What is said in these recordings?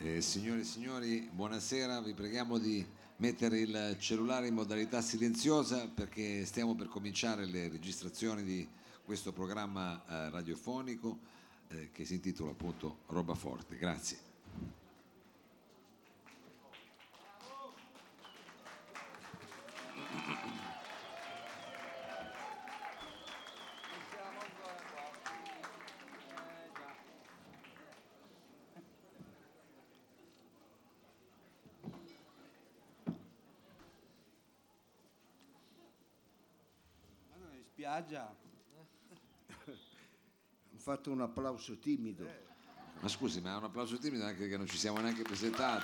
Signore e signori, buonasera, vi preghiamo di mettere il cellulare in modalità silenziosa perché stiamo per cominciare le registrazioni di questo programma radiofonico che si intitola appunto Roba Forte. Grazie. Spiaggia. Ho fatto un applauso timido. Ma scusi, ma è un applauso timido anche che non ci siamo neanche presentati.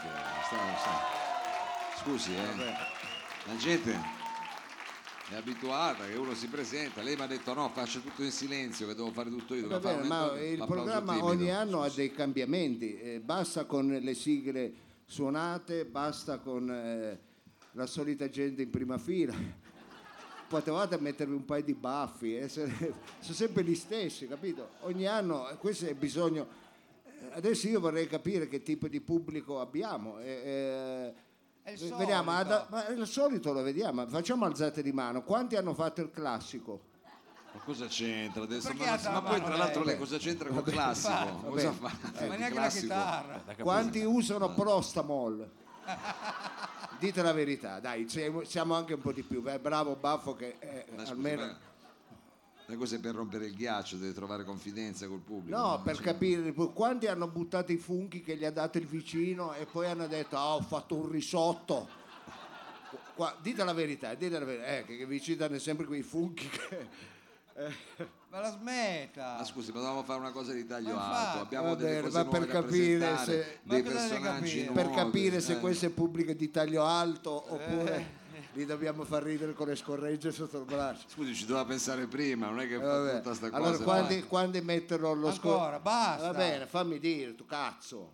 Scusi, la gente è abituata che uno si presenta. Lei mi ha detto no, faccio tutto in silenzio, che devo fare tutto io. Ma il programma timido. Ogni anno ha dei cambiamenti. Basta con le sigle suonate, basta con la solita gente in prima fila. Potevate mettervi un paio di baffi, sono sempre gli stessi, capito? Ogni anno questo è bisogno. Adesso io vorrei capire che tipo di pubblico abbiamo. È il solito. Vediamo, ma il solito lo vediamo. Facciamo alzate di mano. Quanti hanno fatto il classico? Ma cosa c'entra adesso? Ma poi tra l'altro lei cosa c'entra con il classico? Cosa fa? Ma neanche la chitarra. Quanti usano Prostamol? Dite la verità, dai, siamo anche un po' di più. Bravo Baffo che almeno. La cosa è per rompere il ghiaccio, deve trovare confidenza col pubblico. No, per capire quanti hanno buttato i funghi che gli ha dato il vicino e poi hanno detto ho fatto un risotto. Dite la verità, che vicino hanno sempre quei funghi che. Ma la smetta. Ma scusi, potevamo fare una cosa di taglio Ma alto. Abbiamo delle cose ma nuove per da capire presentare, dei personaggi nuovi. Per capire se questo è pubblico di taglio alto oppure li dobbiamo far ridere con le scorregge sotto il braccio. Scusi, ci doveva pensare prima, non è che fa tutta sta cosa. Allora quando metterlo lo Ancora, basta. Va bene, fammi dire, tu cazzo.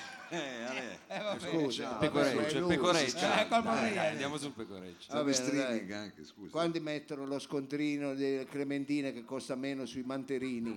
Scusa, pecoreccio. Andiamo sul pecoreccio. Streaming anche, scusa. Quando mettono lo scontrino delle clementine che costa meno sui manterini.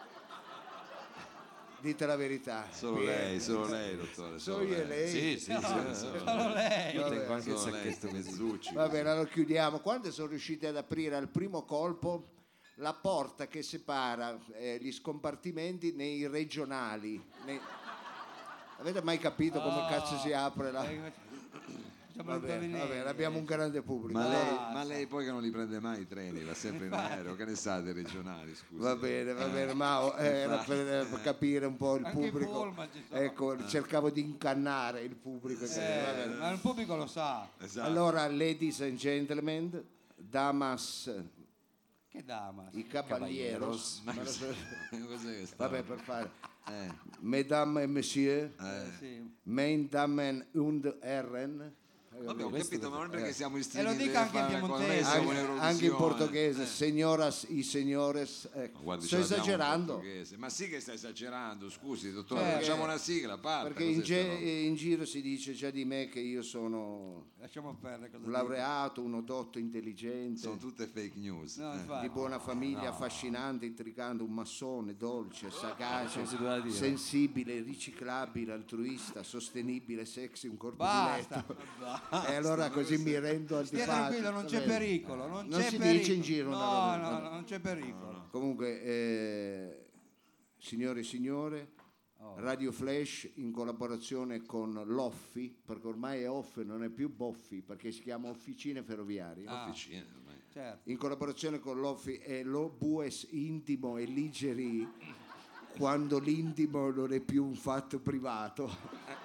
Dite la verità. Solo lei, dottore. Solo io e lei. Sì, solo lei. Io tengo anche il Solo sacchetto mezzucci. Va bene, allora chiudiamo. Quando sono riusciti ad aprire al primo colpo la porta che separa gli scompartimenti nei regionali. Avete mai capito come cazzo si apre la. Va bene, abbiamo un grande pubblico. Ma lei poi che non li prende mai i treni, va sempre in aereo, che ne sa dei regionali, scusi. Va bene, ma era per capire un po' il Anche pubblico. Ecco, cercavo di incannare il pubblico. Ma il pubblico lo sa. Esatto. Allora, ladies and gentlemen, damas. Che damas? I caballeros. Cos'è che sta? Vabbè, per fare. Mesdames et messieurs, mein Damen und Herren. Vabbè, ho capito, ma non perché siamo in E lo dica anche in piemontese. Anche in portoghese, signoras y señores. Guardi, sto esagerando. Ma sì che sta esagerando, scusi dottore, facciamo una sigla, parta. Perché in giro si dice già di me che io sono Lasciamo perdere un laureato, uno dotto intelligente. Sono tutte fake news. Di buona famiglia, affascinante, intrigante, un massone, dolce, sagace, sensibile, riciclabile, altruista, sostenibile, sexy, un corpo di letto. E allora così mi rendo antipatico. Stia tranquillo, non c'è pericolo. Non si dice in giro una roba. No, non c'è pericolo. Comunque, signore e signore, Radio Flash in collaborazione con l'Offi, perché ormai è Off, non è più Boffi, perché si chiama Officine Ferroviarie. Officine, ormai. Certo. In collaborazione con l'Offi è lo Bues intimo e ligeri quando l'intimo non è più un fatto privato.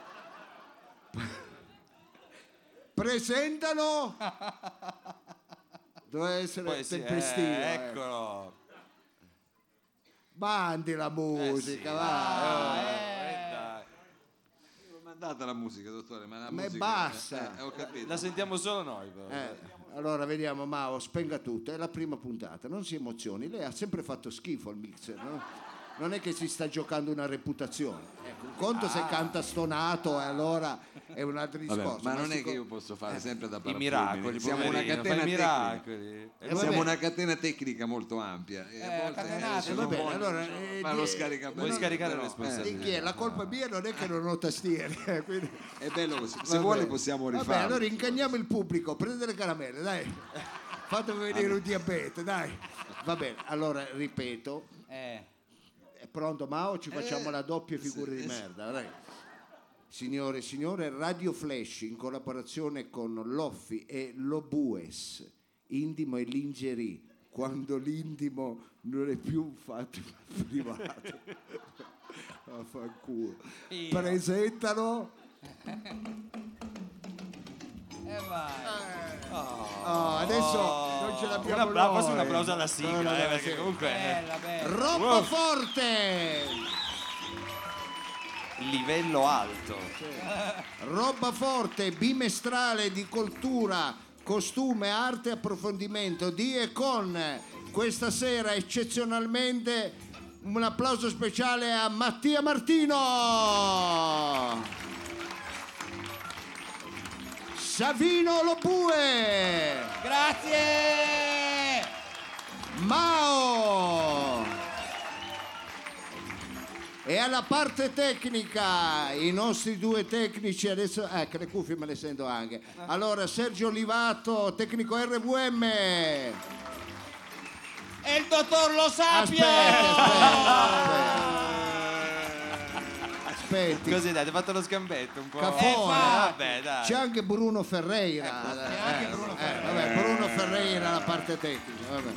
Presentano! Doveva essere tempestivo. Eccolo. Bandi la musica, va. L'ho mandata la musica, dottore, ma la Ma musica basta. ho capito. La sentiamo solo noi però. Allora vediamo, Mao, spenga tutto, è la prima puntata, non si emozioni, lei ha sempre fatto schifo al mixer, no? non è che si sta giocando una reputazione. Ecco, un conto se canta stonato e allora è un altro Vabbè, discorso. ma non è che siccome- io posso fare sempre da I parafulmine. miracoli, Siamo una poverino, catena fai i tecnica. miracoli. vabbè. Siamo una catena tecnica molto ampia e a volte catenate, se va non bene, voglio, allora, ma lo scaricamento. Vuoi scaricare però, le responsabilità? Di chi è? La colpa mia non è che non ho tastiere. Quindi... è bello così. Se Va vuole bene. possiamo Vabbè, rifarlo. allora inganniamo il pubblico, prendete le caramelle, dai. Fatemi venire un diabete, dai. Va bene, allora ripeto, è pronto Mao? Ci facciamo la doppia figura di merda, dai. Signore e signore, Radio Flash in collaborazione con Loffi e Lobues, Indimo e Lingerie, quando l'indimo non è più fatto privato. Vaffanculo. Presentano adesso non ce l'abbiamo noi. Faccio un applauso alla sigla, No, perché sì. comunque Bella, bella. Roba forte! livello alto. Roba forte, bimestrale di cultura, costume, arte e approfondimento di e con questa sera eccezionalmente un applauso speciale a Mattia Martino, Savino Lobue, Grazie! Mao. E alla parte tecnica i nostri due tecnici adesso, che le cuffie me le sento anche. Allora Sergio Olivato, tecnico RVM. E il dottor Lo Sapio! Aspetti. Così dai, ti ho fatto lo scambetto un po'. Cafone. Vabbè, dai. C'è anche Bruno Ferreira. C'è anche Bruno Vabbè, Bruno Ferreira alla parte tecnica. Vabbè.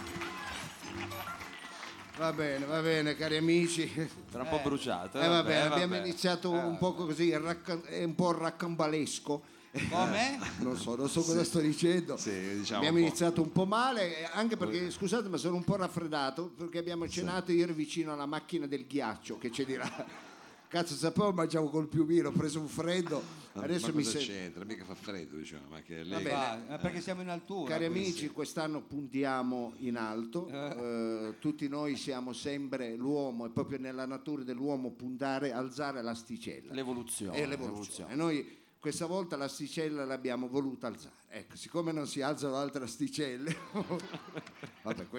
Va bene, cari amici. Era un po' bruciato. Vabbè, abbiamo iniziato un po' così, è un po' raccambalesco. Come? Non so cosa sto dicendo. Sì, diciamo Abbiamo un po'. iniziato un po' male, anche perché, scusate, ma sono un po' raffreddato, perché abbiamo cenato ieri vicino alla macchina del ghiaccio, che c'è di là. Cazzo, sapevo, mangiavo col piumino, ho preso un freddo, adesso ma mi cosa sento... c'entra? Mica fa freddo, diciamo, ma che lei... Vabbè. Perché siamo in altura. Cari quindi. amici, quest'anno puntiamo in alto, tutti noi siamo sempre l'uomo, è proprio nella natura dell'uomo puntare, alzare l'asticella. L'evoluzione. È l'evoluzione. E noi questa volta l'asticella l'abbiamo voluta alzare. Ecco, siccome non si alzano altre asticelle, vabbè,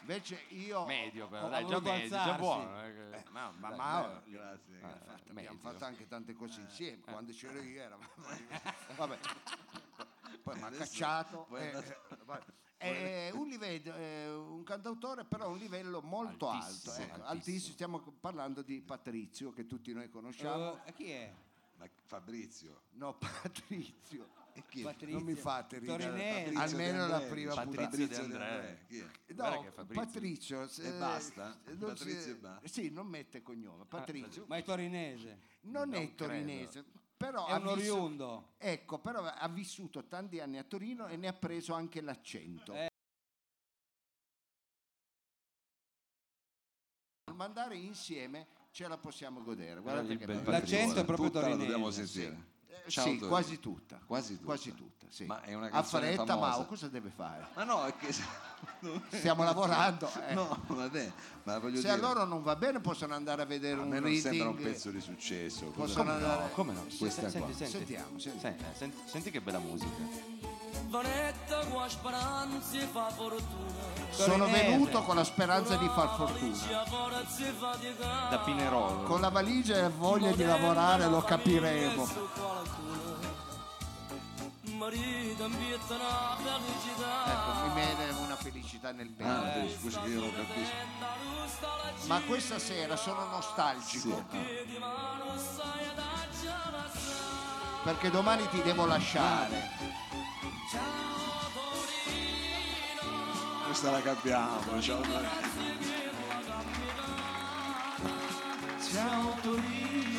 Invece io Medio però, Ho dai, già voluto medio, già alzarsi. buono. ma Grazie. abbiamo medio. fatto anche tante cose insieme. Quando c'ero io era. Vabbè. Poi mi ha Adesso cacciato. poi è andato- Vabbè. È un livello, un cantautore, però a un livello molto Altissimo, alto. Ecco, altissimo. altissimo. Stiamo parlando di Patrizio, che tutti noi conosciamo. Chi è? Ma Fabrizio. No, Patrizio. E chi è? Patrizio. Non mi fate ridere. Torinese. Almeno De la André, prima dice. puntata. Patrizio Fabrizio De André. Chi è? Guarda No, che è Fabrizio. Patrizio. E basta? non Patrizio e basta? Sì, non mette cognome. Patrizio Ma è torinese. non è non credo. torinese, però È ha un oriundo. Ecco, però ha vissuto tanti anni a Torino e ne ha preso anche l'accento. Al mandare insieme ce la possiamo godere. Guardate Il che bel bello. L'accento è proprio Tutta la dobbiamo torinese. sentire. Ciao, Sì, Torino. quasi tutta. Quasi tutta. Sì. Ma è una a canzone fretta, famosa. ma cosa deve fare? Ma no, è che Stiamo lavorando. No, vabbè, ma voglio Se dire, a loro non va bene possono andare a vedere a un me non reading. sembra un pezzo di successo. Possono andare. Come no? Questa qua. Sentiamo. Senti che bella musica. Vanetta con speranze fa fortuna. Sono Torinese. venuto con la speranza di far fortuna. Da Pinerolo. Con la valigia e voglia di lavorare lo capiremo. Marito ambietta una felicità. Ecco, mi viene una felicità nel petto. Scusi che io lo capisco. Ma questa sera sono nostalgico. Perché domani ti devo lasciare. Questa la capiamo, ciao. Ciao Torino.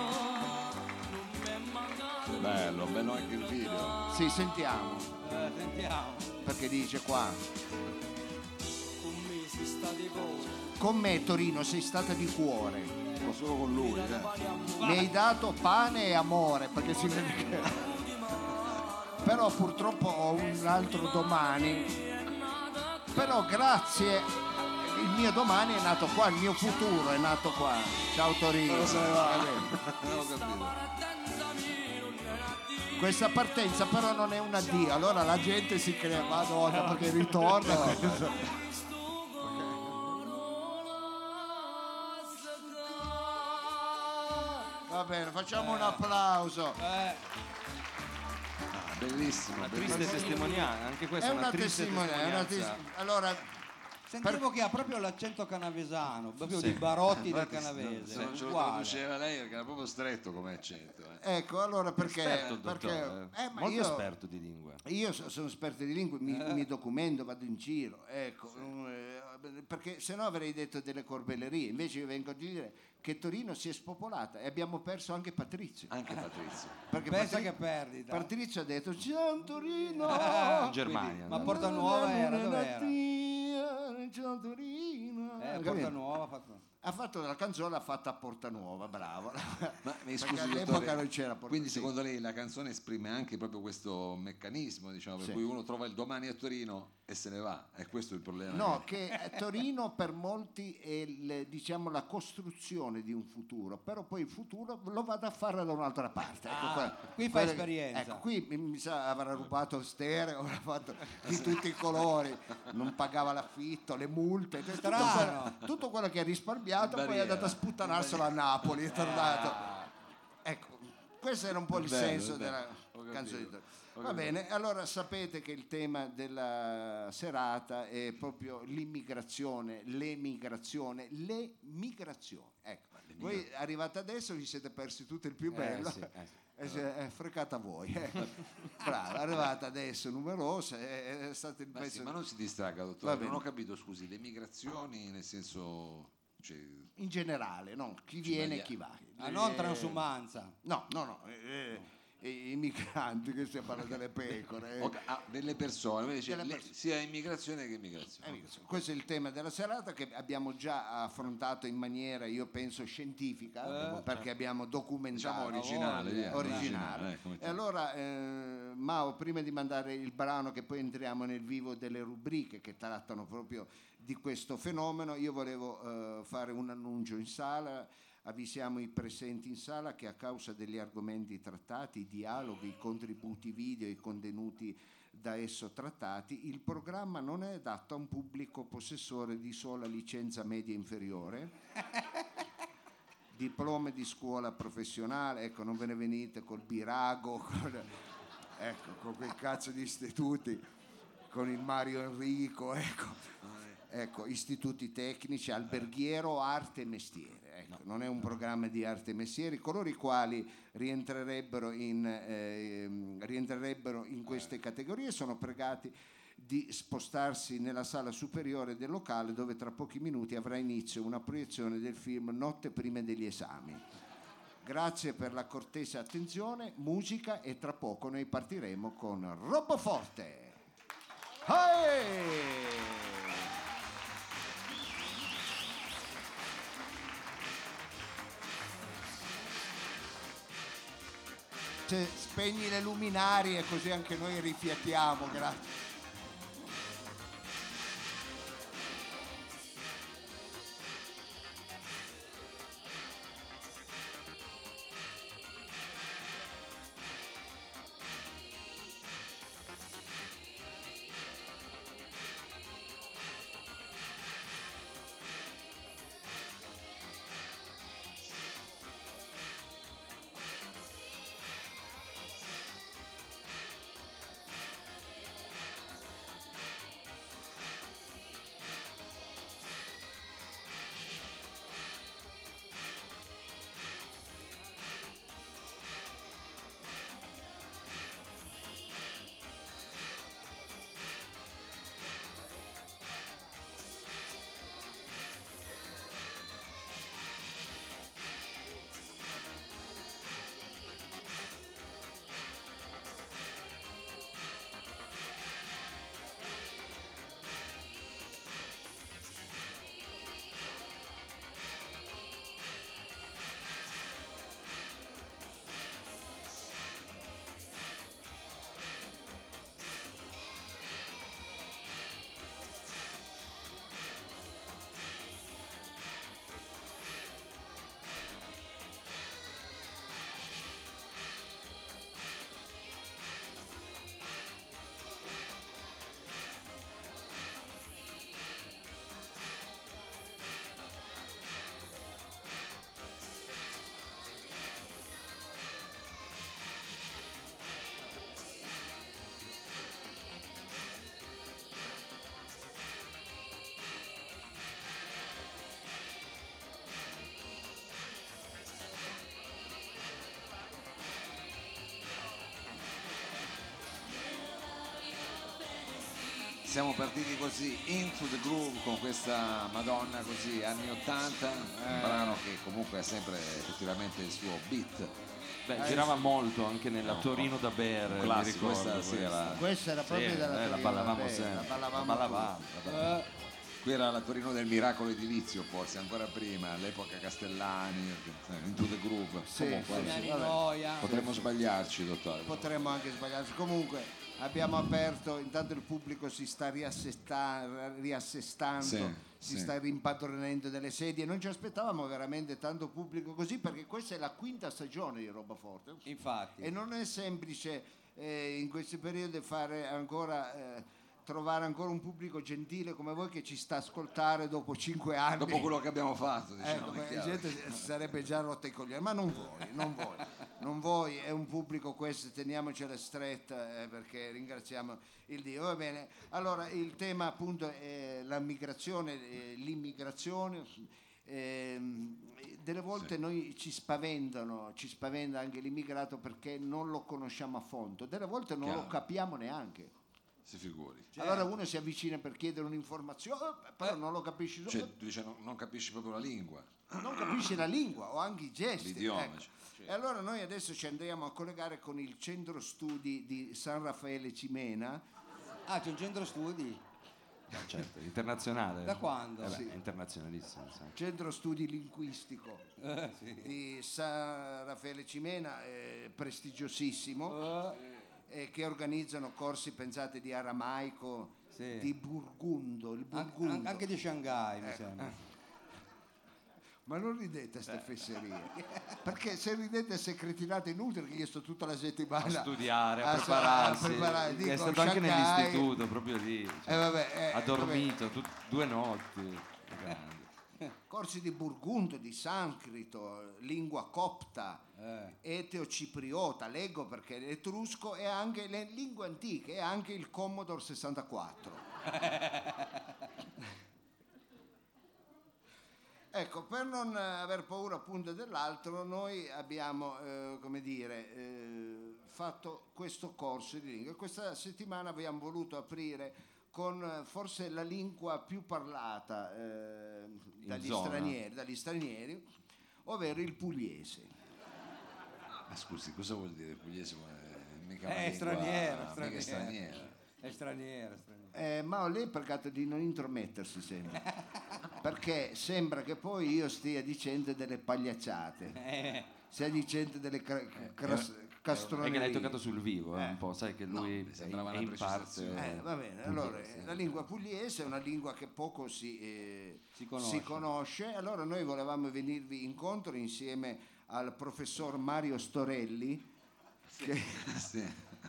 Bello anche il video. Sì, sentiamo. Sentiamo. Perché dice qua. Con me si sta di cuore. Con me Torino sei stata di cuore. Ma solo con lui, Mi hai dato pane e amore, perché si vede che. Però purtroppo ho un altro domani. Però grazie, il mio domani è nato qua, il mio futuro è nato qua. Ciao Torino. Non se ne va. Va bene. Non ho capito. Questa partenza però non è un addio, allora la gente si crea, madonna, perché ritorna. Va bene, facciamo un applauso. Bellissimo. Una triste bellissimo. testimonianza, anche questa È è una una triste testimonianza. testimonianza. Allora, Sentivo che ha proprio l'accento canavesano, proprio Sì. di Barotti del Infatti, canavese. se non ce lo uguale. traduceva lei perché era proprio stretto come accento. Eh. ecco, allora perché... Esperto il perché dottore, ma molto io, esperto di lingue. io sono esperto di lingue, mi documento, vado in giro, ecco, perché se no avrei detto delle corbellerie, invece io vengo a dire che Torino si è spopolata e abbiamo perso anche Patrizio. Anche Patrizio. Perché Pensa che perdita. Patrizio ha detto ciao Torino! In Germania. Ma no? Porta Nuova era, dov'era? Ciao Torino! Porta Capito? Nuova ha fatto. Ha fatto la canzone, l'ha fatta a Porta Nuova, bravo. Ma mi Perché scusi, all'epoca dottore, non c'era Porta quindi sì. secondo lei la canzone esprime anche proprio questo meccanismo, diciamo, per Sì. cui uno trova il domani a Torino e se ne va, è questo il problema? No, che Torino per molti è diciamo, la costruzione di un futuro, però poi il futuro lo vado a fare da un'altra parte. Ecco, qui fa esperienza. Ecco, qui mi sa avrà rubato stereo, avrà fatto di tutti i colori, non pagava l'affitto, le multe, Strano. tutto quello che ha risparmiato, poi è Barriera. andato a sputtanarselo a Napoli, è tornato. Ecco, questo era un po' il Bello, senso bello. della Ho capito. canzone di Torino. Ho Va capito. bene, allora sapete che il tema della serata è proprio l'immigrazione, l'emigrazione, le migrazioni. Ecco, voi arrivate adesso vi siete persi tutto il più bello. sì. È frecata a voi. Bravo, arrivate adesso numerose, è stato il Ma, pezzo. sì, ma non si distraga, Va dottore, bene. non ho capito, scusi, le migrazioni nel senso... Cioè, In generale, no? Chi viene e ma- chi va. Non transumanza. No, i migranti che si parla delle pecore. delle persone, quindi dice, Delle persone. sia immigrazione che immigrazione. Questo è il tema della serata che abbiamo già affrontato in maniera, io penso, scientifica, perché abbiamo documentato. Diciamo originale, originale. come E allora, Mao, prima di mandare il brano, che poi entriamo nel vivo delle rubriche che trattano proprio di questo fenomeno, io volevo fare un annuncio in sala. Avvisiamo i presenti in sala che a causa degli argomenti trattati, i dialoghi, i contributi video, i contenuti da esso trattati, il programma non è adatto a un pubblico possessore di sola licenza media inferiore, diploma di scuola professionale, ecco, non ve ne venite col Birago, con quel cazzo di istituti, con il Mario Enrico, ecco, istituti tecnici, alberghiero, arte e mestiere. Ecco, non è un programma di arte e mestieri. Coloro i quali rientrerebbero in queste categorie sono pregati di spostarsi nella sala superiore del locale, dove tra pochi minuti avrà inizio una proiezione del film Notte prima degli esami. Grazie per la cortese attenzione, musica, e tra poco noi partiremo con Roboforte. Hey! Spegni le luminarie così anche noi rifiatiamo, grazie. Siamo partiti così, Into the Groove, con questa Madonna così, anni 80, un brano che comunque ha sempre effettivamente il suo beat. Beh, girava molto anche nella Torino da Bear, mi classico, ricordo. Questa era proprio della la Torino ballavamo Band, sempre. la ballavamo. Qui era la Torino del miracolo edilizio, forse ancora prima, all'epoca Castellani, Into the Groove. Sì, Comunque, sì, Dani Noia. potremmo sbagliarci, dottore. Potremmo anche sbagliarci. Comunque abbiamo aperto, intanto il pubblico si sta riassestando, Sì, si sì. sta rimpadronendo delle sedie. Non ci aspettavamo veramente tanto pubblico così, perché questa è la quinta stagione di Roboforte Infatti. e non è semplice in questi periodi fare ancora trovare ancora un pubblico gentile come voi che ci sta a ascoltare dopo 5 anni. Dopo quello che abbiamo fatto, diciamo, Ecco, è la chiaro. gente si sarebbe già rotta i coglioni, ma non voi, è un pubblico questo, teniamocela stretta perché ringraziamo il Dio. Va bene, allora il tema appunto è la migrazione, l'immigrazione. Delle volte noi ci spaventa anche l'immigrato perché non lo conosciamo a fondo, delle volte non Chiaro. lo capiamo neanche. Si figuri. Allora uno si avvicina per chiedere un'informazione, però non lo capisci, Cioè, tu dici, non capisci proprio la lingua. non capisci la lingua o anche i gesti. L'idioma, ecco. cioè. E allora noi adesso ci andremo a collegare con il centro studi di San Raffaele Cimena. Ah, c'è un centro studi? Certo, internazionale. Da quando? È Sì. internazionalissimo. Sì. Centro studi linguistico Sì. di San Raffaele Cimena, prestigiosissimo, che organizzano corsi, pensate, di aramaico, Sì. di Burgundo, il Burgundo. Anche di Shanghai, mi Ecco. sembra. Ma non ridete a ste fesserie, perché se ridete se cretinate inutile che io sto tutta la settimana A studiare, a a prepararsi. preparare. È Dico, stato anche Shanghai. nell'istituto, proprio lì. Cioè, Vabbè, ha dormito 2 notti. Grande. Corsi di burgundo, di sanscrito, lingua copta, eteo-cipriota, leggo perché l'etrusco e anche le lingue antiche e anche il Commodore 64. Ecco, per non aver paura appunto dell'altro, noi abbiamo, fatto questo corso di lingua. Questa settimana abbiamo voluto aprire con forse la lingua più parlata dagli stranieri, ovvero il pugliese. Ma scusi, cosa vuol dire pugliese? Ma è mica una È lingua- straniero, mica è straniero. straniera. È straniero. Ma lei ha pregato di non intromettersi sempre, perché sembra che poi io stia dicendo delle pagliacciate, stia dicendo delle castronerie. Perché l'hai toccato sul vivo, un po', sai che lui mi sembrava è una in parte. precisazione. Va bene, allora la lingua pugliese è una lingua che poco si conosce, allora noi volevamo venirvi incontro insieme al professor Mario Storelli, che... Sì.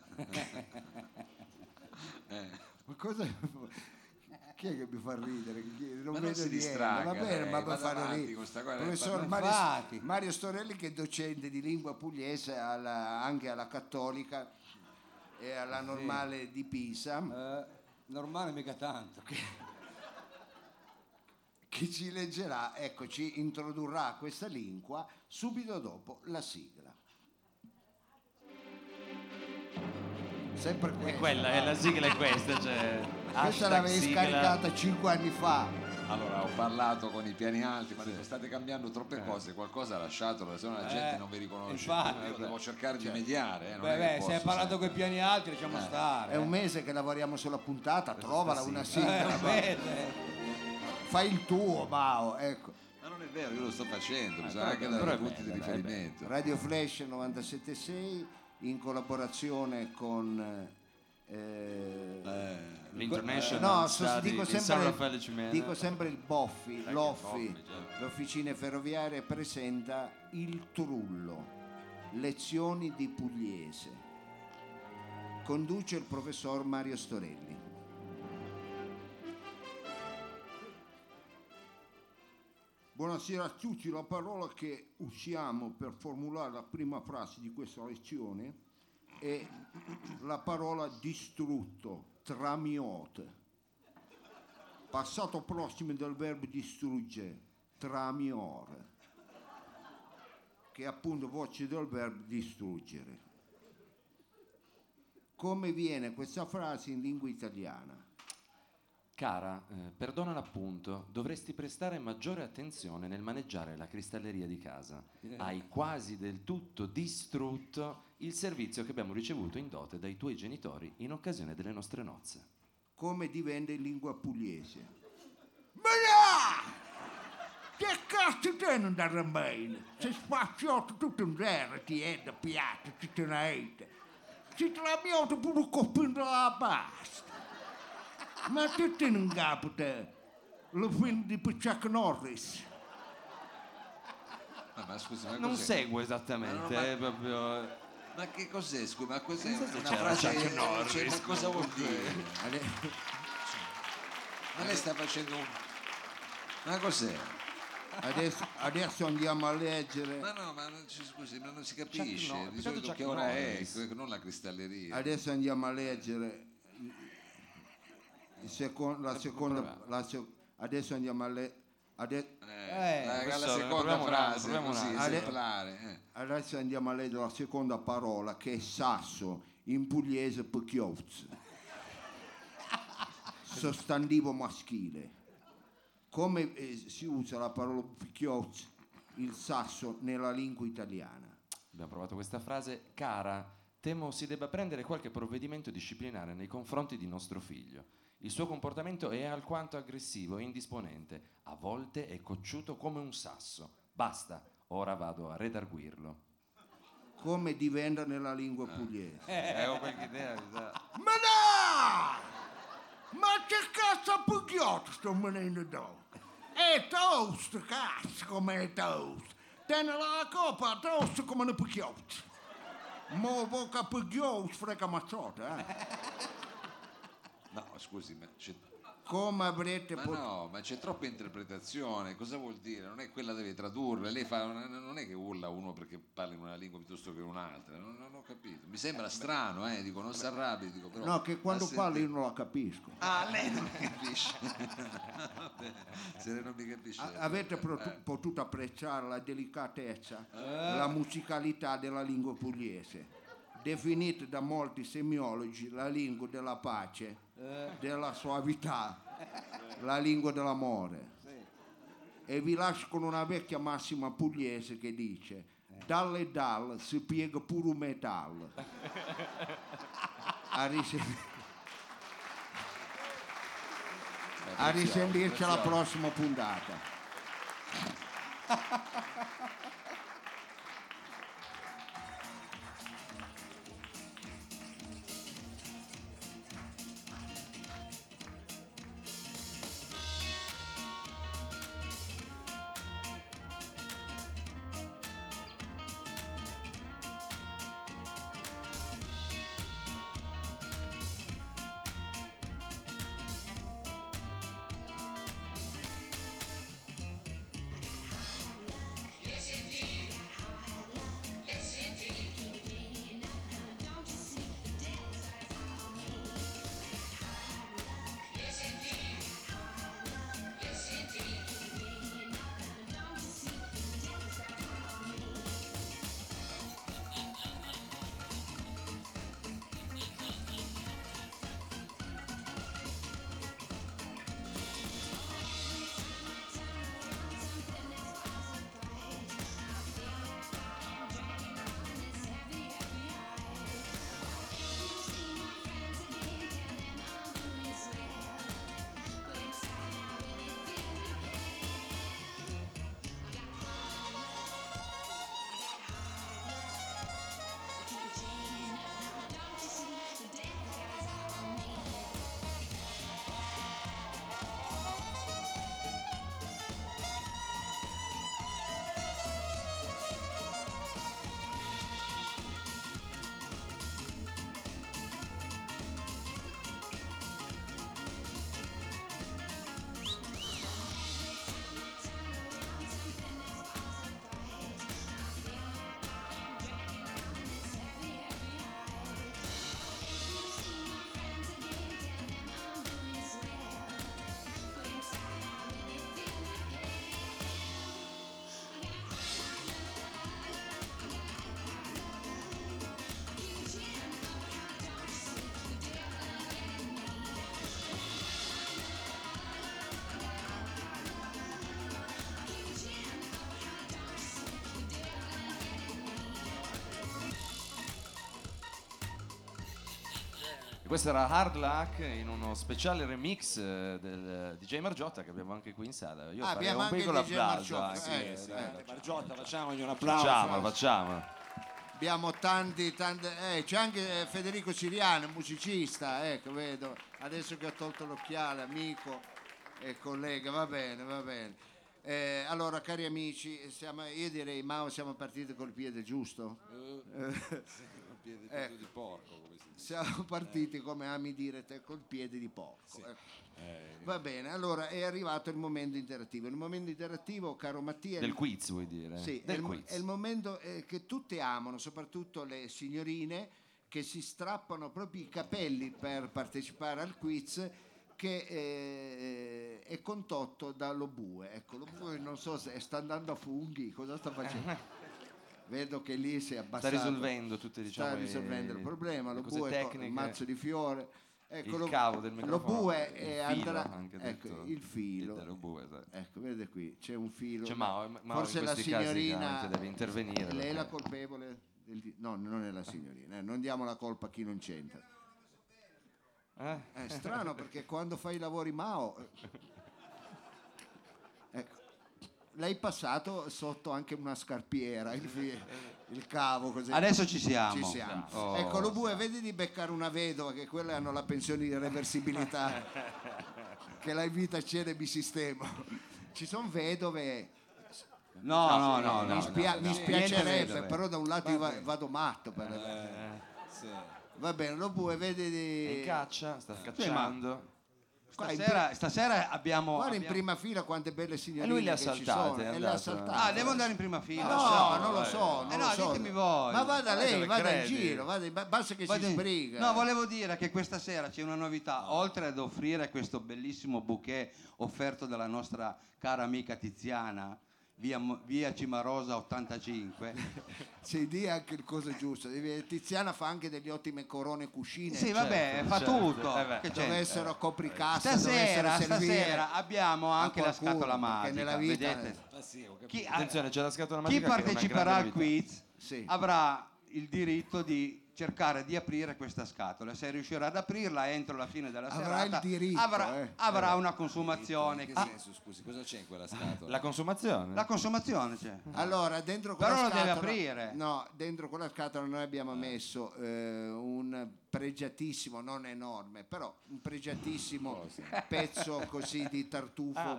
Ma cosa... Chi è che mi fa ridere? Non Ma non vedo si niente. distragga, Va bene, ma vada per fare avanti ridere. con sta cosa, Professor infatti. Mario Storelli, che è docente di lingua pugliese anche alla Cattolica e alla Normale di Pisa, Normale mica tanto. che ci leggerà, ecco, ci introdurrà questa lingua subito dopo la sigla. Sempre È questa. quella, la sigla è questa, cioè. Questa hashtag l'avevi sigla. scaricata 5 anni fa. Allora, ho parlato con i piani alti, ma dico, state cambiando troppe cose, qualcosa lasciatelo, se no la gente non vi riconosce. infatti. Io devo cercare di mediare. Non è che Beh, se posso hai parlato sempre. con i piani alti, lasciamo stare. È un mese che lavoriamo sulla puntata, trovala una sigla. un mese. Fai il tuo, Mao, ecco. Ma non è vero, io lo sto facendo, bisogna anche però dare è punti di bella, riferimento. Radio Flash 97.6 in collaborazione con L'International no, Study dico di San sempre, Raffaele Cimene. dico sempre il Boffi, l'Offi, Boffi, certo. l'Officina Ferroviaria presenta Il Trullo, lezioni di pugliese. Conduce il professor Mario Storelli. Buonasera a tutti, la parola che usiamo per formulare la prima frase di questa lezione è la parola distrutto, tramiote. Passato prossimo del verbo distruggere, tramiore, che è appunto voce del verbo distruggere. Come viene questa frase in lingua italiana? Cara, perdona l'appunto, dovresti prestare maggiore attenzione nel maneggiare la cristalleria di casa. Hai quasi del tutto distrutto il servizio che abbiamo ricevuto in dote dai tuoi genitori in occasione delle nostre nozze. Come diventa in lingua pugliese? Ma che cazzo te non da rambene? Se spacciato tutto in terra, ti è da piatto, ti te ne ete. Si tramioto pure coppino la basta. Ma te non capita lo film di Chuck Norris? Ma scusi, ma Non cos'è? seguo esattamente, Ma- è proprio... Ma che cos'è? Scusi, ma cos'è Non so se una c'era frase? Chuck Norris, Cioè, ma cosa vuol dire? Ade- Ma lei sta facendo un... Ma cos'è? Adesso andiamo a leggere. Ma no, ma scusi, ma non si capisce. Norris, Di solito Chuck che ora Norris. è, non la cristalleria. Adesso andiamo a leggere adesso andiamo a leggere. La professore, seconda proviamo un altro, frase, proviamo un così, altro. esemplare. Adesso andiamo a leggere la seconda parola che è sasso, in pugliese picchiozzo. Sostantivo maschile. Come si usa la parola picchiozzo, il sasso, nella lingua italiana? Abbiamo provato questa frase. Cara, temo si debba prendere qualche provvedimento disciplinare nei confronti di nostro figlio. Il suo comportamento è alquanto aggressivo e indisponente. A volte è cocciuto come un sasso. Basta, ora vado a redarguirlo. Come diventa nella lingua pugliese? Ho qualche idea. Ma no! Ma che cazzo picchiozzo sto venendo da? È toast, cazzo, come è toast. Tieni la coppa, toast come ne picchioti. Mo bocca picchioti, frega mazzotta, No, scusi, ma Come avrete ma c'è troppa interpretazione, cosa vuol dire? Non è quella deve tradurre, lei fa, non è che urla uno perché parla in una lingua piuttosto che in un'altra, non ho capito. Mi sembra strano, dico, non si arrabbi, dico, però. No, che quando parlo io non la capisco. Ah, lei non mi capisce. Vabbè, se lei non mi capisce. Avete potuto apprezzare la delicatezza, la musicalità della lingua pugliese, definita da molti semiologi la lingua della pace, della suavità, la lingua dell'amore. E vi lascio con una vecchia massima pugliese che dice: dalle dal si piega pure un metallo. A risentirci alla prossima puntata. Questo era Hard Luck in uno speciale remix del DJ Margiotta che abbiamo anche qui in sala. Io farei abbiamo un anche il piccolo DJ applauso. Margiotta, Margiotta, facciamogli un applauso. Facciamo. Abbiamo tanti c'è anche Federico Ciriano, musicista, ecco, vedo, adesso che ho tolto l'occhiale, amico e collega, va bene. Allora, cari amici, io direi, Mao, siamo partiti col piede giusto? Piede di porco, come si dice. Siamo partiti, come ami dire te, col piede di porco. Sì. Va bene, allora è arrivato il momento interattivo. Il momento interattivo, caro Mattia... Del quiz, vuoi dire? Sì, quiz. è il momento che tutte amano, soprattutto le signorine che si strappano proprio i capelli per partecipare al quiz, che è condotto da Lobue. Ecco, Lobue non so se sta andando a funghi, cosa sta facendo? Vedo che lì si è abbassato. Sta risolvendo tutte, sta risolvendo il problema. le Lo cose bue tecniche, il mazzo di fiore. Ecco, il cavo del lo microfono, bue il filo, andrà. anche Ecco, detto. il filo. Lo bue, sai. Ecco, vede qui, c'è un filo. Cioè, Mao Forse in la questi casi signorina chiaramente deve intervenire. Lei è la perché- colpevole? No, non è la signorina. Non diamo la colpa a chi non c'entra. È strano perché quando fai i lavori Mao. Ecco. Lei è passato sotto anche una scarpiera, il cavo così. Adesso ci siamo. Ci siamo. Oh, Ecco, lo bue, vedi di beccare una vedova, che quelle hanno la pensione di reversibilità, che la invita a cena e mi sistemo. ci sono vedove. No. Mi spiacerebbe, vedove. però da un lato io vado matto per Sì. Va bene, dopo vedi È in caccia, sta cacciando. Stasera abbiamo... Guarda in prima fila quante belle signorine E lui le ha che ci saltate, sono. è E le ha andato. saltate. devo andare in prima fila. No, non lo so. Non no, lo so. ditemi voi. Ma vada lei, dove vada in credi? giro, basta che si sbriga. No, volevo dire che questa sera c'è una novità. Oltre ad offrire questo bellissimo bouquet offerto dalla nostra cara amica Tiziana, via Cimarosa 85. Si dia anche il coso giusto. Tiziana fa anche delle ottime corone cuscine. Sì, vabbè, fa certo. tutto. Che c'è? Dovessero copricassa, dovessero servire Stasera abbiamo a anche la qualcuno, scatola perché magica. nella vita- Vedete? Ah, sì, ho capito. Chi, Attenzione, c'è la scatola chi magica che è una parteciperà grande al novità. quiz Sì. avrà il diritto di cercare di aprire questa scatola. Se riuscirà ad aprirla entro la fine della Avrà serata, il diritto, avrà una consumazione. In che senso, scusi, cosa c'è in quella scatola? La consumazione? La consumazione c'è. Allora, dentro quella Però lo scatola, deve aprire. No, dentro quella scatola noi abbiamo messo un pregiatissimo, non enorme, però un pregiatissimo pezzo così di tartufo.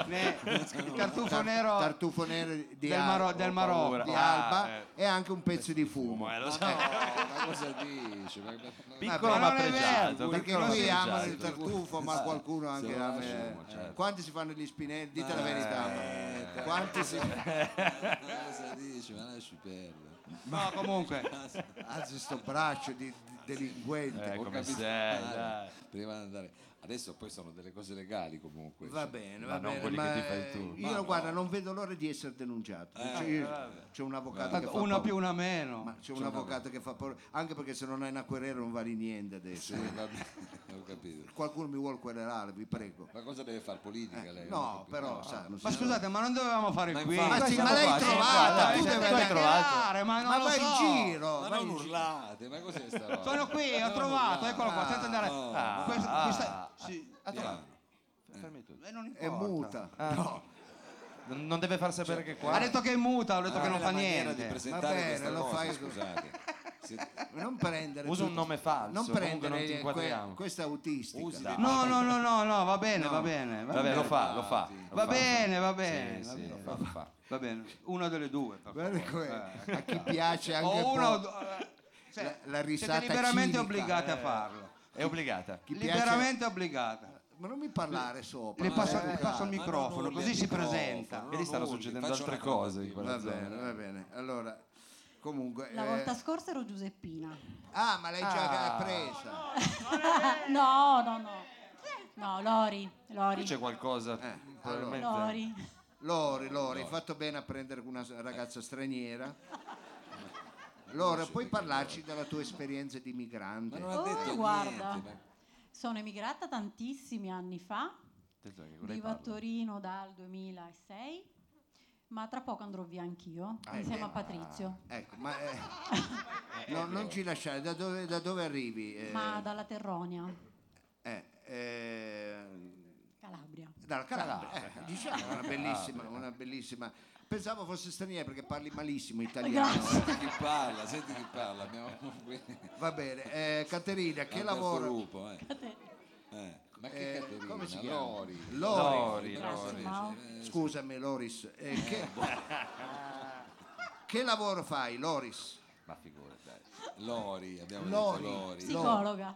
Il tartufo nero Tartufo nero di del Marocco. di Alba e anche un pezzo di fumo. lo so. Ma cosa dice? Piccolo Ma ma non è pregiato. vero, Perché piccolo ma qui pregiato. amano il tartufo, ma qualcuno anche lo ama. lasciamo, certo. Quanti si fanno gli spinelli? Dite la verità. Quanti si Cosa dice? Ma lasci perdere. No, comunque. alzi sto braccio di delinquente. Ho come capito sei, male. dai. Prima di andare. Adesso poi sono delle cose legali comunque. Va bene, Ma va non bene. quelli che ti fai tu. Io guarda, non vedo l'ora di essere denunciato. C'è un avvocato che fa Una paura. più, una meno. Ma c'è un avvocato che fa paura, anche perché se non hai una querela non vali niente adesso. Sì, va bene, ho capito. Qualcuno mi vuole querelare, vi prego. Ma cosa deve fare politica lei? Non ho No, capito. però, sa, non Ma si scusate, ma non dovevamo fare Ma qui? infatti- Ma sì, siamo ma l'hai qua, trovata, tu Siete devi tu hai andare. chiacchierare, ma non Ma lo vai so. in giro, Ma vai non in giro. urlate, ma cos'è sta roba? Sono qui, ho Non trovato, urlate. eccolo qua, senza andare. no, Questa, sì, Piano. Fermi tutti. non È importa. muta. No, Non deve far sapere che qua. Ha detto che è muta, ho detto che non è fa la maniera di niente. presentare Va bene, questa lo cosa, fai- scusate. non prendere. Usa un tutto. nome falso, Non comunque prendere non ti inquadriamo. questa è autistica. Usa. No, va bene, va bene. Vabbè, lo fa. Va bene, va bene. Sì, va sì, bene. lo fa. Va bene, una delle due. per Guarda favore. a chi piace anche O un una o po'. due. Cioè, La risata siete liberamente cinica. obbligati a farlo. È obbligata. Chi piace- Liberamente obbligata. Ma non mi parlare sopra. Le passo il Ma microfono, non urli così al si microfono, presenta. non E lì stanno urli, succedendo faccio altre una cosa cose in prima. quella Va zona. bene, va bene. Allora, comunque. La volta scorsa ero Giuseppina. Ah, ma l'hai già presa. No. No, Lori. Qui c'è qualcosa. Probabilmente. Lori. Lori, hai fatto bene a prendere una ragazza straniera. Lora, puoi parlarci della tua esperienza di migrante? Ma non ha detto guarda. niente. Sono emigrata tantissimi anni fa. Attenzione, che con lei Vivo a parlo. Torino dal 2006. Ma tra poco andrò via anch'io, insieme a Patrizio. Ecco, ma no, non ci lasciare, da dove arrivi? Ma dalla Terronia, Eh, Calabria. dalla Calabria, diciamo, una bellissima. Pensavo fosse straniera perché parli malissimo italiano. Grazie. Senti chi parla. Abbiamo qui Va bene, Caterina, che un lavoro? gruppo, Ma che Caterina? Come si chiama? Lori. Lori. Grazie, Mao. Scusami, Loris. Che lavoro fai, Loris? Ma figurati, dai. Lori, abbiamo Lori. detto Lori. Psicologa.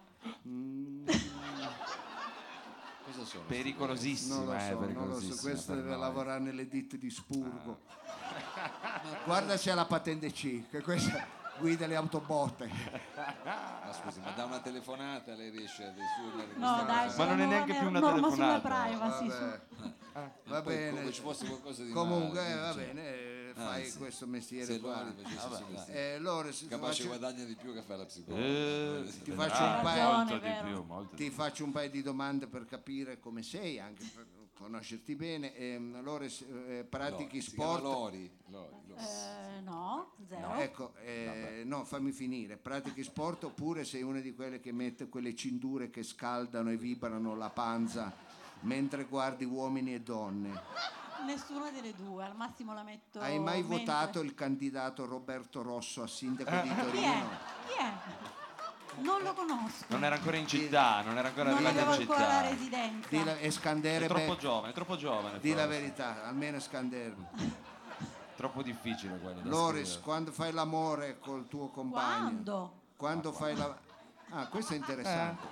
Cosa sono? Pericolosissima, Non lo so, pericolosissima questo per deve noi. lavorare nelle ditte di Spurgo. Guarda se ha la patente C, che questa guida le autobotte. Ma scusi, ma da una telefonata lei riesce ad assumere No, dai, Ma non è neanche più una norma sulla telefonata. privacy. Va bene. come ci fosse qualcosa di Comunque, male, va cioè. bene, fai sì. questo mestiere Se qua. Lori facesse questo mestiere. Loris, Capace guadagna di più che fa la psicologa. ti faccio un Hai paio ragione, molto di vero. più, molto di Ti faccio un paio di domande per capire come sei, anche per conoscerti bene. Loris, pratichi Si chiama sport? Lori. No, zero. Ecco, no, fammi finire. Pratichi sport oppure sei una di quelle che mette quelle cindure che scaldano e vibrano la panza mentre guardi uomini e donne? Nessuna delle due, al massimo la metto. Hai mai mentre- votato il candidato Roberto Rosso a sindaco di Chi è? Torino? Chi è? Non lo conosco. Non era ancora in città, non era ancora Non arrivato avevo in ancora la città. residenza. E Scanderbeg, È troppo giovane. di la forse. verità, almeno Scanderbeg. Troppo difficile quello da Loris, scrivere. quando fai l'amore col tuo compagno? Quando fai la... Ah, questo è interessante.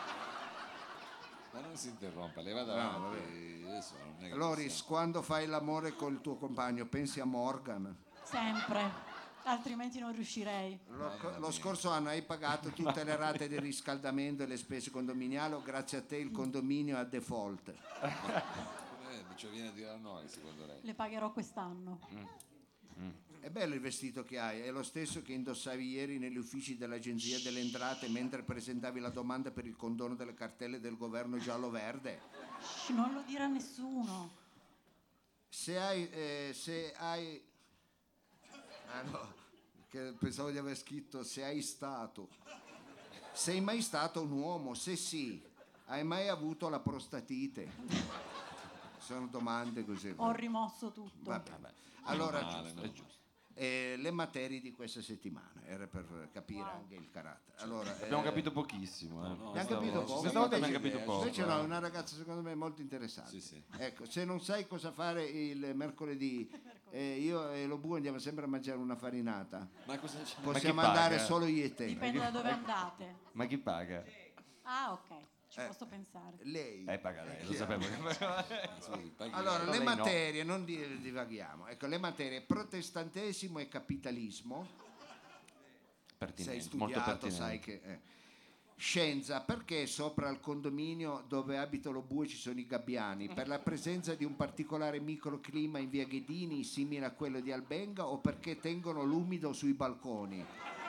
Ma non si interrompa, lei vada avanti. Adesso non è che Loris, possiamo- quando fai l'amore col tuo compagno, pensi a Morgan? Sempre, altrimenti non riuscirei. Lo scorso anno hai pagato tutte le rate del riscaldamento e le spese condominiali, o grazie a te il condominio è a default? Cioè viene a dire a noi, secondo lei? Le pagherò quest'anno. È bello il vestito che hai, è lo stesso che indossavi ieri negli uffici dell'Agenzia delle Entrate mentre presentavi la domanda per il condono delle cartelle del governo giallo-verde. Shh, non lo dire a nessuno. Se hai... Ah no, che pensavo di aver scritto se hai stato. Sei mai stato un uomo? Se sì, hai mai avuto la prostatite? Sono domande così. Ho rimosso tutto. Vabbè. Allora, Male, no? le materie di questa settimana, era per capire anche il carattere. Allora, Abbiamo capito pochissimo. abbiamo capito poco. Questa volta Invece- abbiamo capito poco. Invece no, è una ragazza secondo me molto interessante. Sì. Ecco, se non sai cosa fare il mercoledì, io e lo Bu andiamo sempre a mangiare una farinata. Ma cosa c'è? Possiamo chi paga? andare solo io e te. Dipende da dove andate. Ma chi paga? Ah, ok, ci posso pensare. Lei. Paga lei, lo sapevo. Sì, paghi- Allora, le lei no. materie, non divaghiamo. Ecco, le materie protestantesimo e capitalismo. Sei Pertinente, molto studiato, pertinente. sai che... Scienza, perché sopra il condominio dove abita lo bue ci sono i gabbiani? Per la presenza di un particolare microclima in via Ghedini simile a quello di Albenga, o perché tengono l'umido sui balconi?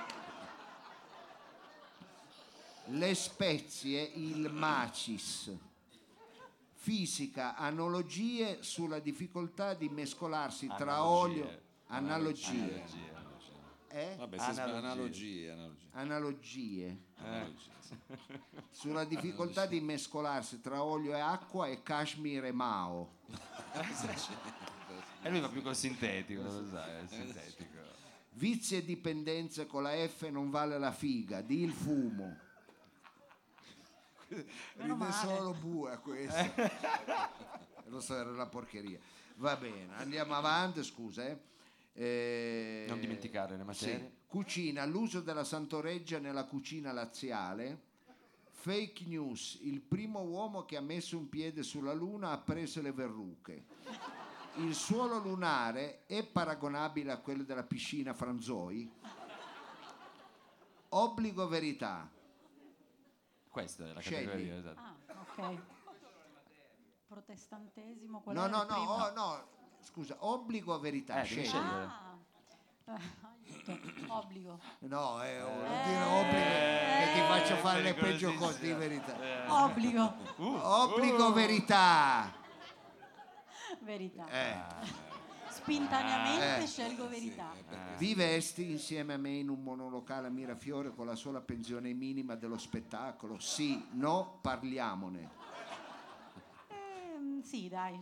Le spezie, il macis. Fisica, analogie sulla difficoltà di mescolarsi tra olio... Analogie. Vabbè, Analogie. analogie. Analogie. Sulla difficoltà di mescolarsi tra olio e acqua e cashmere e Mao. E lui va più col sintetico, lo sai, è sintetico. Vizi e dipendenze con la F non vale la figa, di il fumo. Ride male. solo bue a questo. Lo so, era una porcheria. Va bene, andiamo avanti, scusa. Non dimenticare le materie. Sì. Cucina, l'uso della Santoreggia nella cucina laziale. Fake news, il primo uomo che ha messo un piede sulla Luna ha preso le verruche. Il suolo lunare è paragonabile a quello della piscina Franzoi? Obbligo verità. Questa è la Scegli. categoria, esatto. Ah, ok. Protestantesimo, qual No, era il primo? no, scusa, obbligo verità. Devi Scegli. scegliere. Aiuto. Obbligo. No, vuol dire obbligo che ti faccio fare le peggio cose di verità. Obbligo. Obbligo verità. Verità. Spintaneamente scelgo verità. Vi vesti insieme a me in un monolocale a Mirafiore con la sola pensione minima dello spettacolo? Sì, no, parliamone. Sì, dai.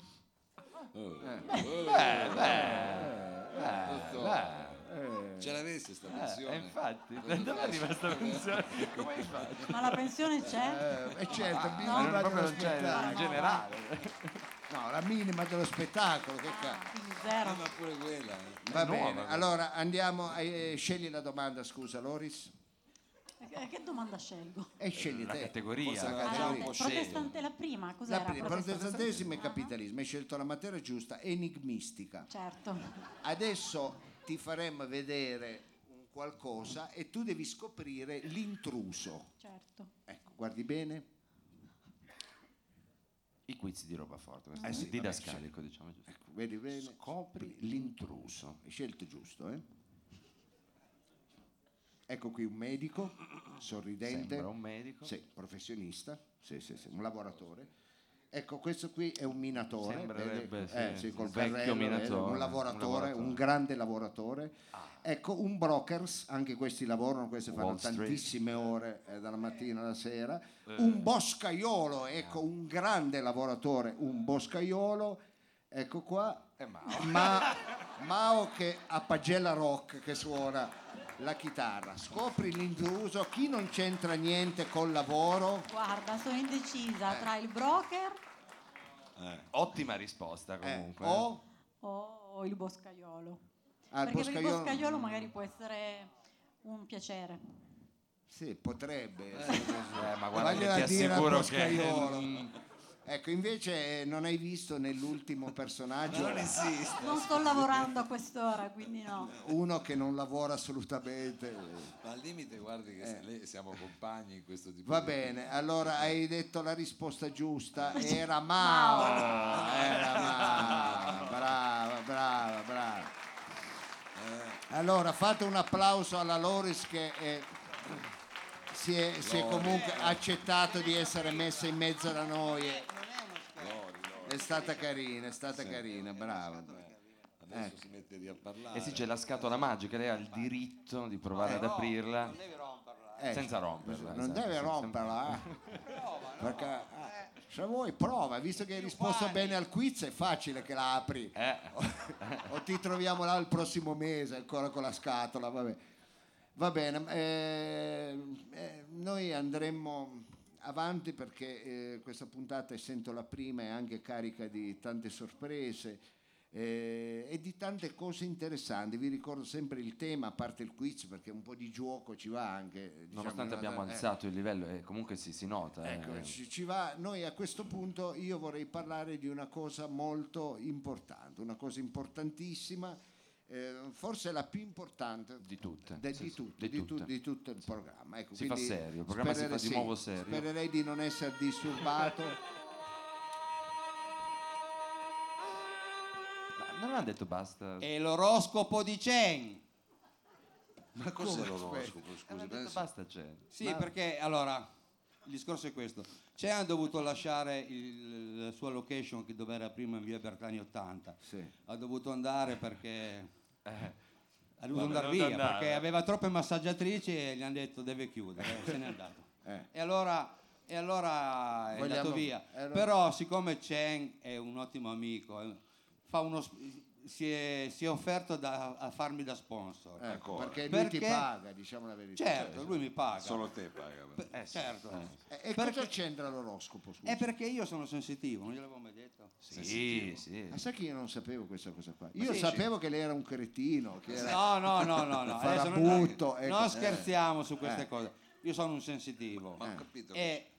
Ce l'avessi sta pensione? Infatti, dove arriva questa pensione? Come hai fatto? Ma la pensione c'è? E certo, No. minima Proprio dello non c'è spettacolo. in generale. No, la minima dello spettacolo, che cazzo. Quindi zero. Ma pure quella. Va nuova, bene, questa. allora andiamo, scegli la domanda, scusa Loris. Che domanda scelgo? E scegli La te. categoria. Forse la Ah, già un no, po' scelta. Protestante, la prima, cos'era? Protestantesimo e capitalismo. Hai scelto la materia giusta, enigmistica. Certo. Adesso ti faremo vedere un qualcosa e tu devi scoprire l'intruso. Certo. Ecco, guardi bene. I quiz di roba forte, questo sì, didascalico, diciamo giusto. Ecco, vedi bene. Scopri l'intruso. Hai scelto giusto, eh? Ecco qui un medico, sorridente. Sembra un medico. Sì, professionista, sì, un lavoratore. Ecco, questo qui è un minatore, Sembrerebbe, vede? sì, Col un vecchio berrello, vede? minatore, un lavoratore, un grande lavoratore. Ecco, un brokers, anche questi lavorano, questi fanno Wall Street. tantissime ore dalla mattina alla sera. Un boscaiolo, ecco, un grande lavoratore, un boscaiolo. Ecco qua, Mao che a Pagella Rock che suona la chitarra. Scopri l'intruso, chi non c'entra niente col lavoro. Guarda, sono indecisa tra il broker Ottima risposta comunque. o il boscaiolo. Ah, Perché per il boscaiolo magari può essere un piacere. Sì, potrebbe. Ma guarda che Vagliela ti dire al assicuro boscaiolo. Ecco, invece non hai visto nell'ultimo personaggio Non esiste. Non sto lavorando a quest'ora, quindi no. uno che non lavora assolutamente. Ma al limite guardi che lei siamo compagni in questo tipo Va di... bene, allora hai detto la risposta giusta, era Mao. Era Mao. Brava. Allora fate un applauso alla Loris che si è comunque accettato di essere messa in mezzo da noi. È stata carina, brava. Adesso si mette lì a parlare. E sì, c'è la scatola magica, lei ha il diritto di provare ad aprirla. Non devi romperla. Senza romperla. Non esatto, deve sì, romperla, perché se vuoi prova, visto che hai risposto bene al quiz è facile che la apri. O ti troviamo là il prossimo mese ancora con la scatola, vabbè. Va bene, noi andremo avanti perché questa puntata, essendo la prima, è anche carica di tante sorprese e di tante cose interessanti. Vi ricordo sempre il tema, a parte il quiz, perché un po' di gioco ci va anche. Diciamo, nonostante abbiamo alzato il livello e comunque si nota. Ecco, ci va. Noi a questo punto io vorrei parlare di una cosa molto importante, una cosa importantissima, forse la più importante Di tutte. di tutto il programma. Ecco, Si fa quindi serio, il programma si fa di nuovo serio. Spererei di non essere disturbato. Non hanno detto basta. È l'oroscopo di Chen. Ma cos'è l'oroscopo? Scusi, Hanno detto adesso- basta c'è. Sì, perché allora il discorso è questo. Chen ha dovuto lasciare la sua location, che dove era prima in via Bertani 80. Sì. Ha dovuto andare perché ha dovuto Vabbè, andare non via andare. perché aveva troppe massaggiatrici e gli hanno detto deve chiudere, se n'è andato. Eh. E allora è Vogliamo- andato via. allora- Però siccome Chen è un ottimo amico, si è offerto a farmi da sponsor. Ecco, perché lui ti Perché- paga, diciamo la verità. Certo, lui mi paga. Solo te paga. Certo. E Perché- cosa c'entra l'oroscopo? Scusa? È perché io sono sensitivo, non gliel'avevo mai detto? Sì, sì. Ma sai che io non sapevo questa cosa qua? Io sapevo che lei era un cretino, che era No. Adesso farabutto. Ecco. non scherziamo su queste cose. Io sono un sensitivo. Ma ho capito.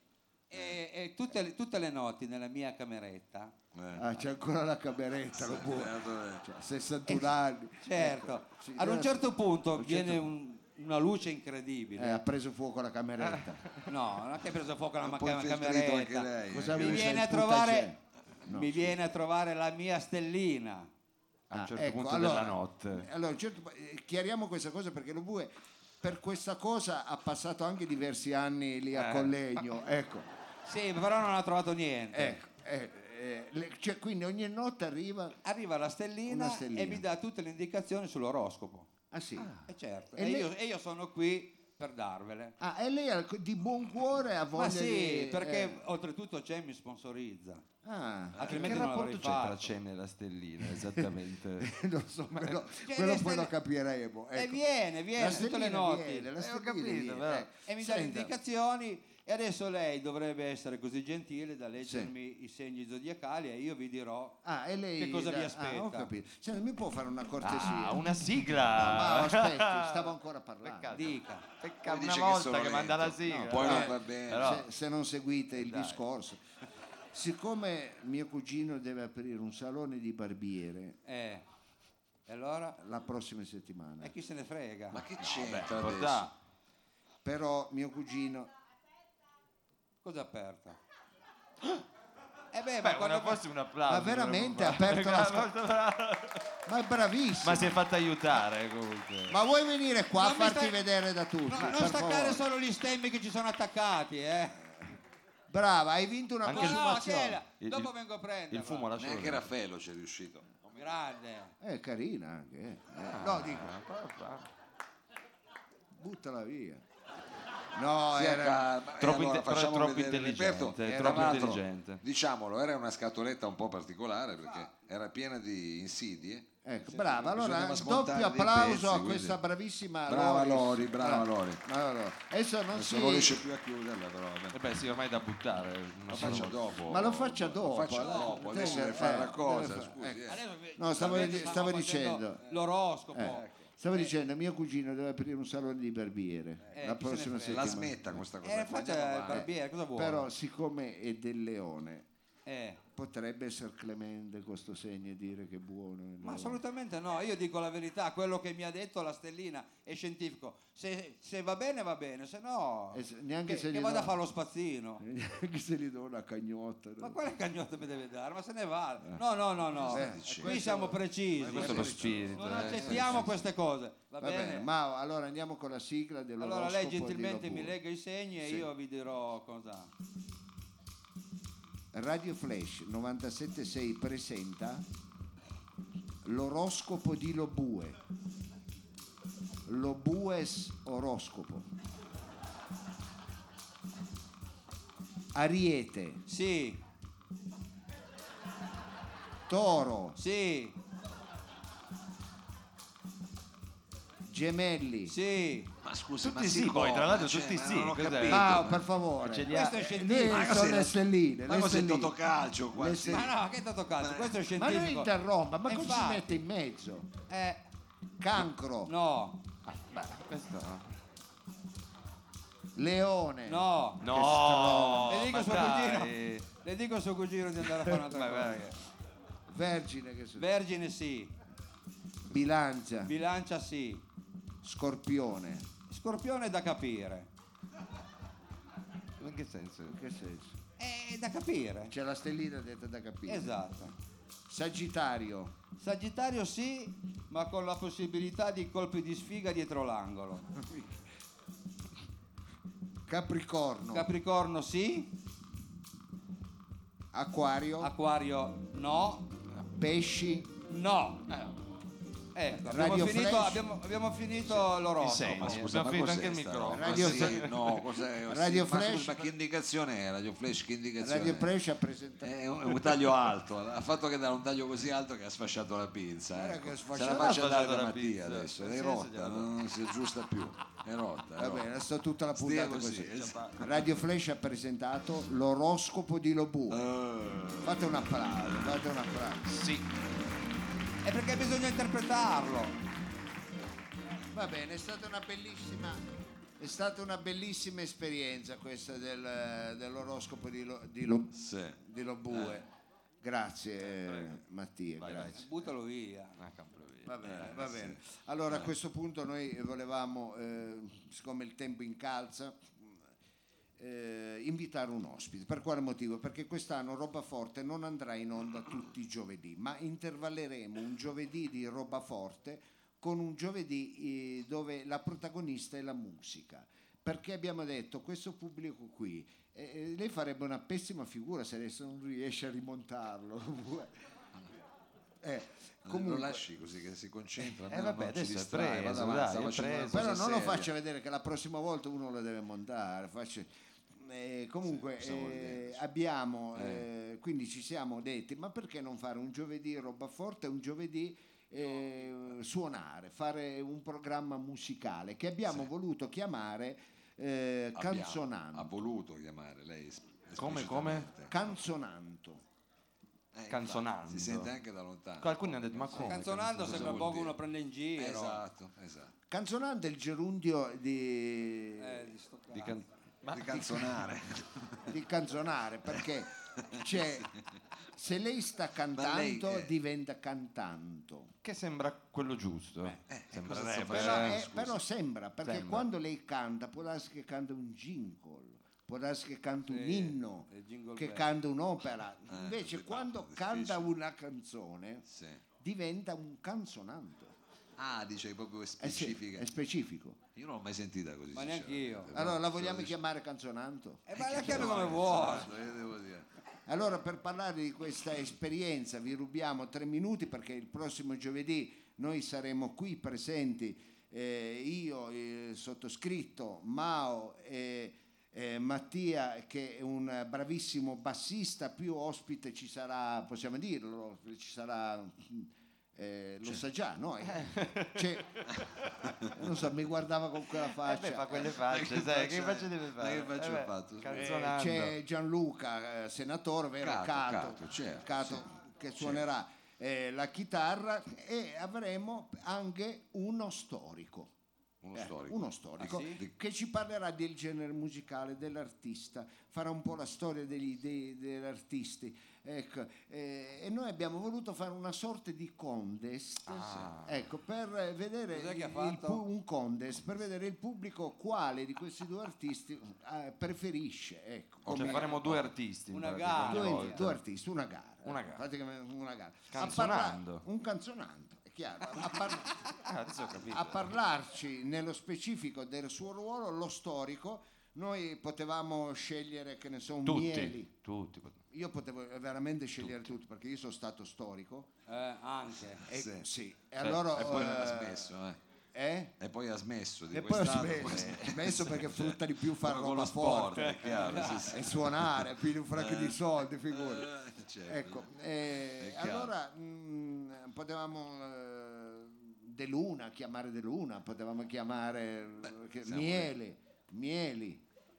E tutte le notti nella mia cameretta, Ah, c'è ancora la cameretta, lo può. Cioè, 61 anni. certo, Ecco, sì, ad un adesso- certo punto a un viene certo- una luce incredibile. ha preso fuoco la cameretta. No, non è che ha preso fuoco la un po' infestrito anche cameretta. lei. Cosa Mi vuoi, sei viene a il puttagè? trovare, No, mi viene a trovare la mia stellina. A un certo ecco, punto allora- della notte. Allora, chiariamo questa cosa perché lo Bue per questa cosa ha passato anche diversi anni lì a Collegno. Ecco, Sì, però non ha trovato niente. cioè, quindi ogni notte arriva. Arriva la stellina, Una stellina. e mi dà tutte le indicazioni sull'oroscopo. Ah sì. E certo. E E, lei- io sono qui per darvele. Ah, e lei di buon cuore ha voglia Ma sì, di. perché oltretutto c'è mi sponsorizza. Che Altrimenti non rapporto l'avrei c'è tra fatto. Cenna e la stellina, esattamente? Non so, quello le poi lo stelle- capiremo. E ecco. viene La tutte le stellina notti. viene, la ho stellina capito, viene, però. E mi dà le Senta, indicazioni. E adesso lei dovrebbe essere così gentile da leggermi i segni zodiacali e io vi dirò Ah, e lei che cosa vi ho aspetta. capito. Senta, mi può fare una cortesia? Ah, una Ma sigla! aspetti, stavo ancora parlando. Peccato. Dica. Peccato, Dice una che volta sono che manda la lento. sigla. Poi non va bene. Però- Se non seguite il Dai. discorso. Siccome mio cugino deve aprire un salone di barbiere E allora? la prossima settimana, E chi se ne frega? Ma che c'entra adesso? Portà. però mio cugino Cosa è aperta? Beh, ma quando forse un applauso. Ma veramente dovremmo ha aperto la fare. Molto bravo. ma è bravissimo. Ma si è fatta aiutare comunque. Ma vuoi venire qua a Non mi farti stai- vedere da tutti? non per staccare favore. solo gli stemmi che ci sono attaccati, Brava, hai vinto una Anche il- consumazione. dopo vengo a prenderla. Il fumo lascia. Neanche Raffaello ci è riuscito. Grande. È carina anche. No, dico, buttala via. No, Sia era calma. Troppo allora però è facciamo troppo vedere il intelligente, reperto. è Tra troppo l'altro, intelligente. Diciamolo, era una scatoletta un po' particolare perché era piena di insidie Ecco, brava, allora bisognava smontare doppio dei applauso pezzi, a quindi. questa bravissima Brava Lori. Brava Lori. Allora, adesso non Adesso non riesce più a chiuderla, però vabbè. E beh, sì, ormai da buttare. Lo faccia dopo. Ma lo faccia dopo. Lo faccia dopo, adesso deve fare la cosa, scusi. Adesso No, stavo facendo dicendo. l'oroscopo. Stavo dicendo, mio cugino deve aprire un salone di barbiere la chi se ne prossima frega? La settimana. smetta questa cosa. Faccia il barbiere, cosa vuole? Però siccome è del leone, Eh. potrebbe essere clemente questo segno e dire che è buono il Ma leone. assolutamente no, io dico la verità, quello che mi ha detto la stellina è scientifico. Se va bene, se no neanche se che gli vada a do- fare lo spazzino. Neanche se gli do una cagnotta. Ma quale cagnotta mi deve dare? Ma se ne va. No. Qui siamo precisi. Questo è lo spirito. Non accettiamo queste cose. Va bene? Ma allora andiamo con la sigla dell'oroscopo. Allora lei di gentilmente Lo mi Bue. lega i segni e Sì. io vi dirò cosa. Radio Flash 97.6 presenta l'oroscopo di Lo Bue. Lo Bues oroscopo. Ariete, Sì, Toro, sì, Gemelli. sì. Ma scusi, Tutti ma sì, poi, tra l'altro tutti ma sì, non ho cos'è? capito. Ah, per favore. Ce li ha- Questo è scientifico. Lì sono le stelline. Ma le cos'è stelline. Totocalcio qua? Le Sì. stelline. Ma no, che è stato calcio? Questo è Ma scientifico. non interrompa, ma cosa si Infatti. mette in mezzo? Eh, Cancro, no, Questo... Leone, No, le dico ma suo dai. cugino. Le dico a suo cugino di andare a fare un'altra Ma cosa. vai. Vergine, che so- Vergine sì, Bilancia, bilancia sì, Scorpione. scorpione è da capire. In che senso? In che senso? È da capire. C'è la stellina detta da capire. Esatto. Sagittario, Sagittario sì, ma con la possibilità di colpi di sfiga dietro l'angolo. Capricorno, Capricorno sì, Acquario, Acquario no, Pesci, no. Ecco, Radio Flash. abbiamo finito l'oroscopo. segni. Ma scusa, Abbiamo ma finito cos'è anche il sta microfono. roba? Radio Sì, Flash. no, cos'è? Radio Sì, ma Flash. scusa, ma che indicazione è Radio Flash? Che indicazione Radio è? Flash ha presentato. È un taglio alto, ha fatto che era un taglio così alto che ha sfasciato la pinza. Guarda Ecco. che ha Se sfasciato- la faccia Ha andare sfasciato da la Mattia pinza. adesso, Sì, è sì, rotta, sì, non si aggiusta più, è rotta. Va bene, sta tutta la Stia puntata così, così. esatto. Radio Flash ha presentato l'oroscopo di Lo Bue. Fate un applauso, fate un applauso. Sì. È perché bisogna interpretarlo. Va bene, è stata una bellissima esperienza questa dell'oroscopo di Lo Bue. Grazie Mattia, grazie. Buttalo via. Va bene. Allora a questo punto noi volevamo, siccome il tempo incalza, invitare un ospite. Per quale motivo? Perché quest'anno Roba Forte non andrà in onda tutti i giovedì, ma intervalleremo un giovedì di Roba Forte con un giovedì dove la protagonista è la musica. Perché abbiamo detto questo pubblico qui, lei farebbe una pessima figura se adesso non riesce a rimontarlo. Lo lasci così che si concentra. almeno vabbè, non ci adesso è distrae, preso, vada avanti, dai, è facciamo una preso. cosa Però non lo seria. faccia vedere che la prossima volta uno lo deve montare. Comunque Sì, cosa vuol dire? abbiamo, quindi ci siamo detti, ma perché non fare un giovedì Roba Forte e un giovedì suonare, fare un programma musicale che abbiamo voluto chiamare Canzonanto. Ha voluto chiamare lei Come? esplicitamente. Canzonanto. Canzonando. Si sente anche da lontano. Qualcuno ha detto, ma come? Canzonando cosa sembra vuol poco dire? uno prende in giro. Esatto. Canzonanto è il gerundio Di sto cazzo. Di can- Di canzonare. di canzonare, perché c'è, se lei sta cantando lei, diventa cantanto. Che sembra quello giusto. Sembrerebbe. cosa sta Però, facendo? però sembra, perché Sembra. quando lei canta può darsi che canta un jingle, può darsi che canta un Sì, inno, il jingle che bell. canta un'opera. Invece sì, quando è canta difficile. una canzone Sì. diventa un canzonanto. Ah, dice proprio Sì, specifica. è specifico. Io non l'ho mai sentita così. Ma neanche io. sinceramente. Allora la Però, vogliamo se lo chiamare canzonanto? Ma la chiami come vuoi. dice- io devo dire. Allora, per parlare di questa esperienza vi rubiamo 3 minuti perché il prossimo giovedì noi saremo qui presenti, io, il sottoscritto, Mao e Mattia, che è un bravissimo bassista, più ospite ci sarà, possiamo dirlo, ci sarà lo sa già, no? Non so, mi guardava con quella faccia. Fa quelle facce, sai, che faccia deve fare? Che faccia ho fatto? Canzonando. C'è Gianluca, senatore, vero? Cato, certo, Cato, che suonerà la chitarra, e avremo anche uno storico. Uno storico che ci parlerà del genere musicale, dell'artista, farà un po' la storia degli artisti. Ecco, e noi abbiamo voluto fare una sorta di contest, ecco, per vedere un contest per vedere il pubblico quale di questi due artisti preferisce. Ecco, Cioè faremo due artisti, una gara, due artisti, una gara. Praticamente una gara. Canzonando. Un canzonando. Chiaro, Adesso ho capito. a parlarci nello specifico del suo ruolo, lo storico. Noi potevamo scegliere, che ne so, un Mieli. Tutti. Io potevo veramente scegliere tutti, perché io sono stato storico. Anche. Sì. E allora E poi ha smesso, E poi ha smesso di E poi ho quest'anno. smesso perché frutta di più fare Con lo roba sport, forte è chiaro, sì. e suonare, quindi un fracco di soldi, figuri. Certo. Ecco, È chiaro. allora potevamo De Luna, chiamare De Luna, potevamo chiamare Mieli.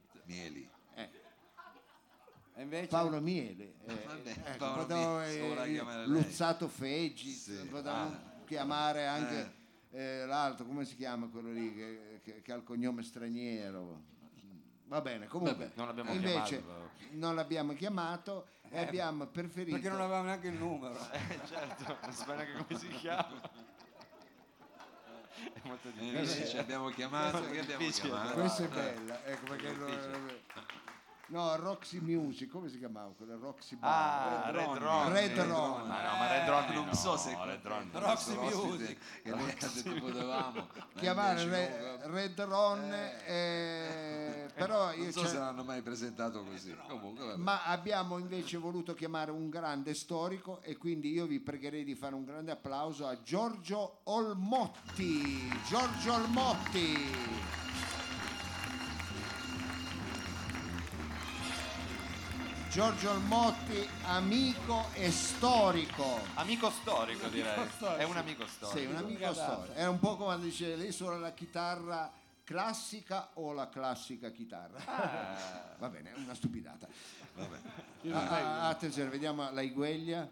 E invece Paolo Miele, Paolo potevamo Miele, ora chiamare lei. Luzzato Feggi, Sì. potevamo chiamare anche l'altro, come si chiama quello lì che ha il cognome straniero. Va bene, comunque non l'abbiamo invece chiamato. non l'abbiamo chiamato e abbiamo preferito, perché non avevamo neanche il numero. Certo, non so neanche come si chiama. È molto Invece ci abbiamo chiamato, che abbiamo chiamato? questa è bella, ecco perché no, Roxy Music, come si chiamava quello? Roxy Bar. Red Ron. Red Ron. Ma Red Ron non so se Red Ron. Roxy Ospite Music. che lei ha detto potevamo Chiamare Red Ron, però io non so se l'hanno mai presentato così. Comunque vabbè. ma abbiamo invece voluto chiamare un grande storico, e quindi io vi pregherei di fare un grande applauso a Giorgio Olmotti. Giorgio Olmotti. Giorgio Olmotti, amico e storico. Amico storico, direi. È un amico storico. Sì, un amico storico. È un po' come quando dice: lei suona la chitarra classica o la classica chitarra? Va bene, è una stupidata. Attenzione, vediamo la Igueglia.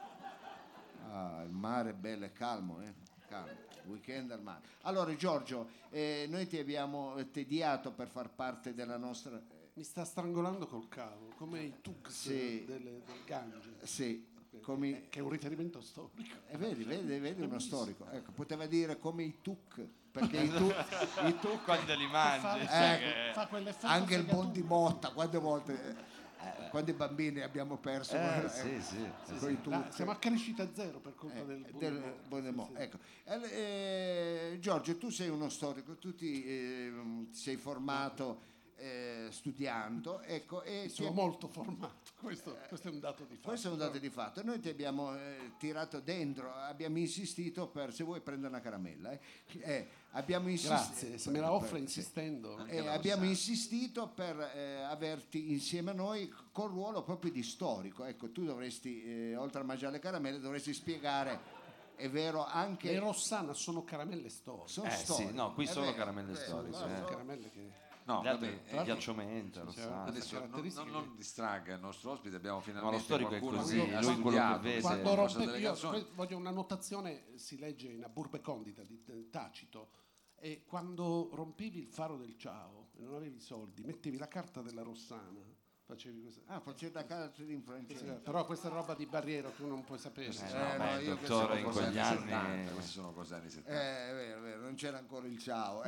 Il mare è bello e calmo, calmo. Weekend al mare. Allora Giorgio, noi ti abbiamo tediato per far parte della nostra... Mi sta strangolando col cavo, come i Tux del Gange. Sì, che è un riferimento storico. Vedi uno storico. Ecco, poteva dire come i Tuk, perché i Tuk Quando li mangi. Fa quell'effetto anche il segatuo. buon di Motta, quante volte quando i bambini abbiamo perso con i Tuk. Siamo a crescita zero per colpa del buon di Motta. Ecco. Giorgio, tu sei uno storico, tu ti sei formato studiando, ecco, e sono molto formato, questo è un dato di fatto. Questo è un dato di fatto. Noi ti abbiamo tirato dentro, abbiamo insistito per, se vuoi prendere una caramella, abbiamo Grazie, se me la offre insistendo. Abbiamo insistito per averti insieme a noi col ruolo proprio di storico. Ecco, tu dovresti, oltre a mangiare le caramelle, dovresti spiegare, è vero, anche... Le Rossana sono caramelle storiche. Sono Sì, storiche. no, qui È sono vero, caramelle è vero, storiche. Sono caramelle che... No, Gli altri vabbè, ghiaccio menta, lo sa. adesso non distragga il nostro ospite, abbiamo Ma finalmente lo storico è qualcuno così, che lui ha quello che studiato vede. Quando cosa delle rompevi, io canzoni. voglio una notazione, si legge in Aburbe Condita di Tacito, e quando rompevi il faro del Ciao e non avevi soldi, mettevi la carta della Rossana, facevi questa. facevi la carta di influenza. Però questa è roba di Barriero, tu non puoi sapere. Il dottore in quegli anni. Questi sono cose anni 70. È vero, non c'era ancora il ciao.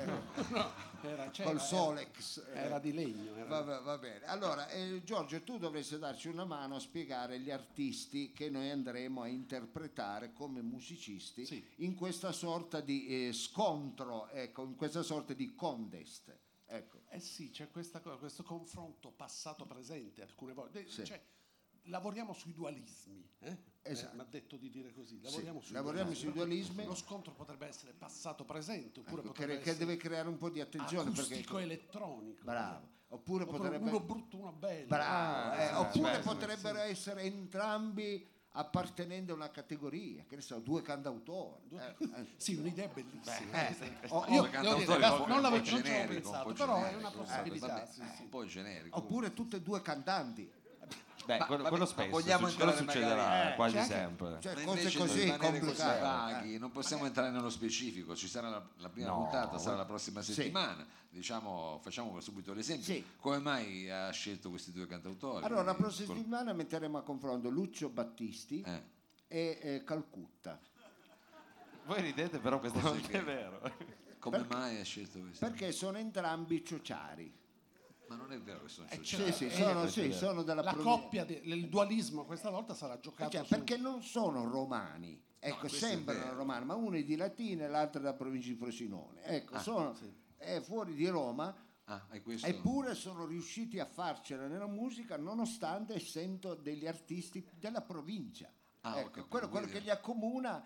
C'era, Col Solex. Era di legno. Va bene. Allora, Giorgio, tu dovresti darci una mano a spiegare gli artisti che noi andremo a interpretare come musicisti in questa sorta di scontro, ecco, in questa sorta di contest. Ecco. Sì, c'è questa cosa, questo confronto passato-presente alcune volte. Sì. Cioè, lavoriamo sui dualismi. Esatto. Mi ha detto di dire così. Lavoriamo sui dualismi. Lo scontro potrebbe essere passato-presente, oppure Ecco, potrebbe che essere deve creare un po' di attenzione. acustico-elettronico. Bravo. Oppure potrebbe... uno brutto, uno bello. Bravo. Oppure potrebbero essere entrambi appartenendo a una categoria, che ne so, 2 cantautori. Sì, un'idea bellissima. Io Non l'avevo generico, pensato, un po' però è generico, una possibilità. vabbè, Sì, sì. un po' generico. Oppure tutte e 2 cantanti. Beh, quello spesso vogliamo quello entrare succederà magari- quasi anche- sempre. cioè, Ma cose invece così di rimanere complicate. vaghi, non possiamo entrare nello specifico. Ci sarà la prima No. puntata, sarà la prossima Sì. settimana. Diciamo, facciamo subito l'esempio. Sì. Come mai ha scelto questi 2 cantautori? Allora, la prossima settimana metteremo a confronto Lucio Battisti e Calcutta. Voi ridete, però questo non Così è vero. Come mai ha scelto questi? Perché sono entrambi ciociari. Ma non è vero che sono Sono della La coppia, il dualismo questa volta sarà giocato Cioè, su- perché non sono romani, ecco, questo è sembrano vero. romani, ma uno è di Latina e l'altro è della provincia di Frosinone. Ecco, è fuori di Roma, è questo. eppure sono riusciti a farcela nella musica nonostante essendo degli artisti della provincia. Ho Ecco, capito, quello quindi- che li accomuna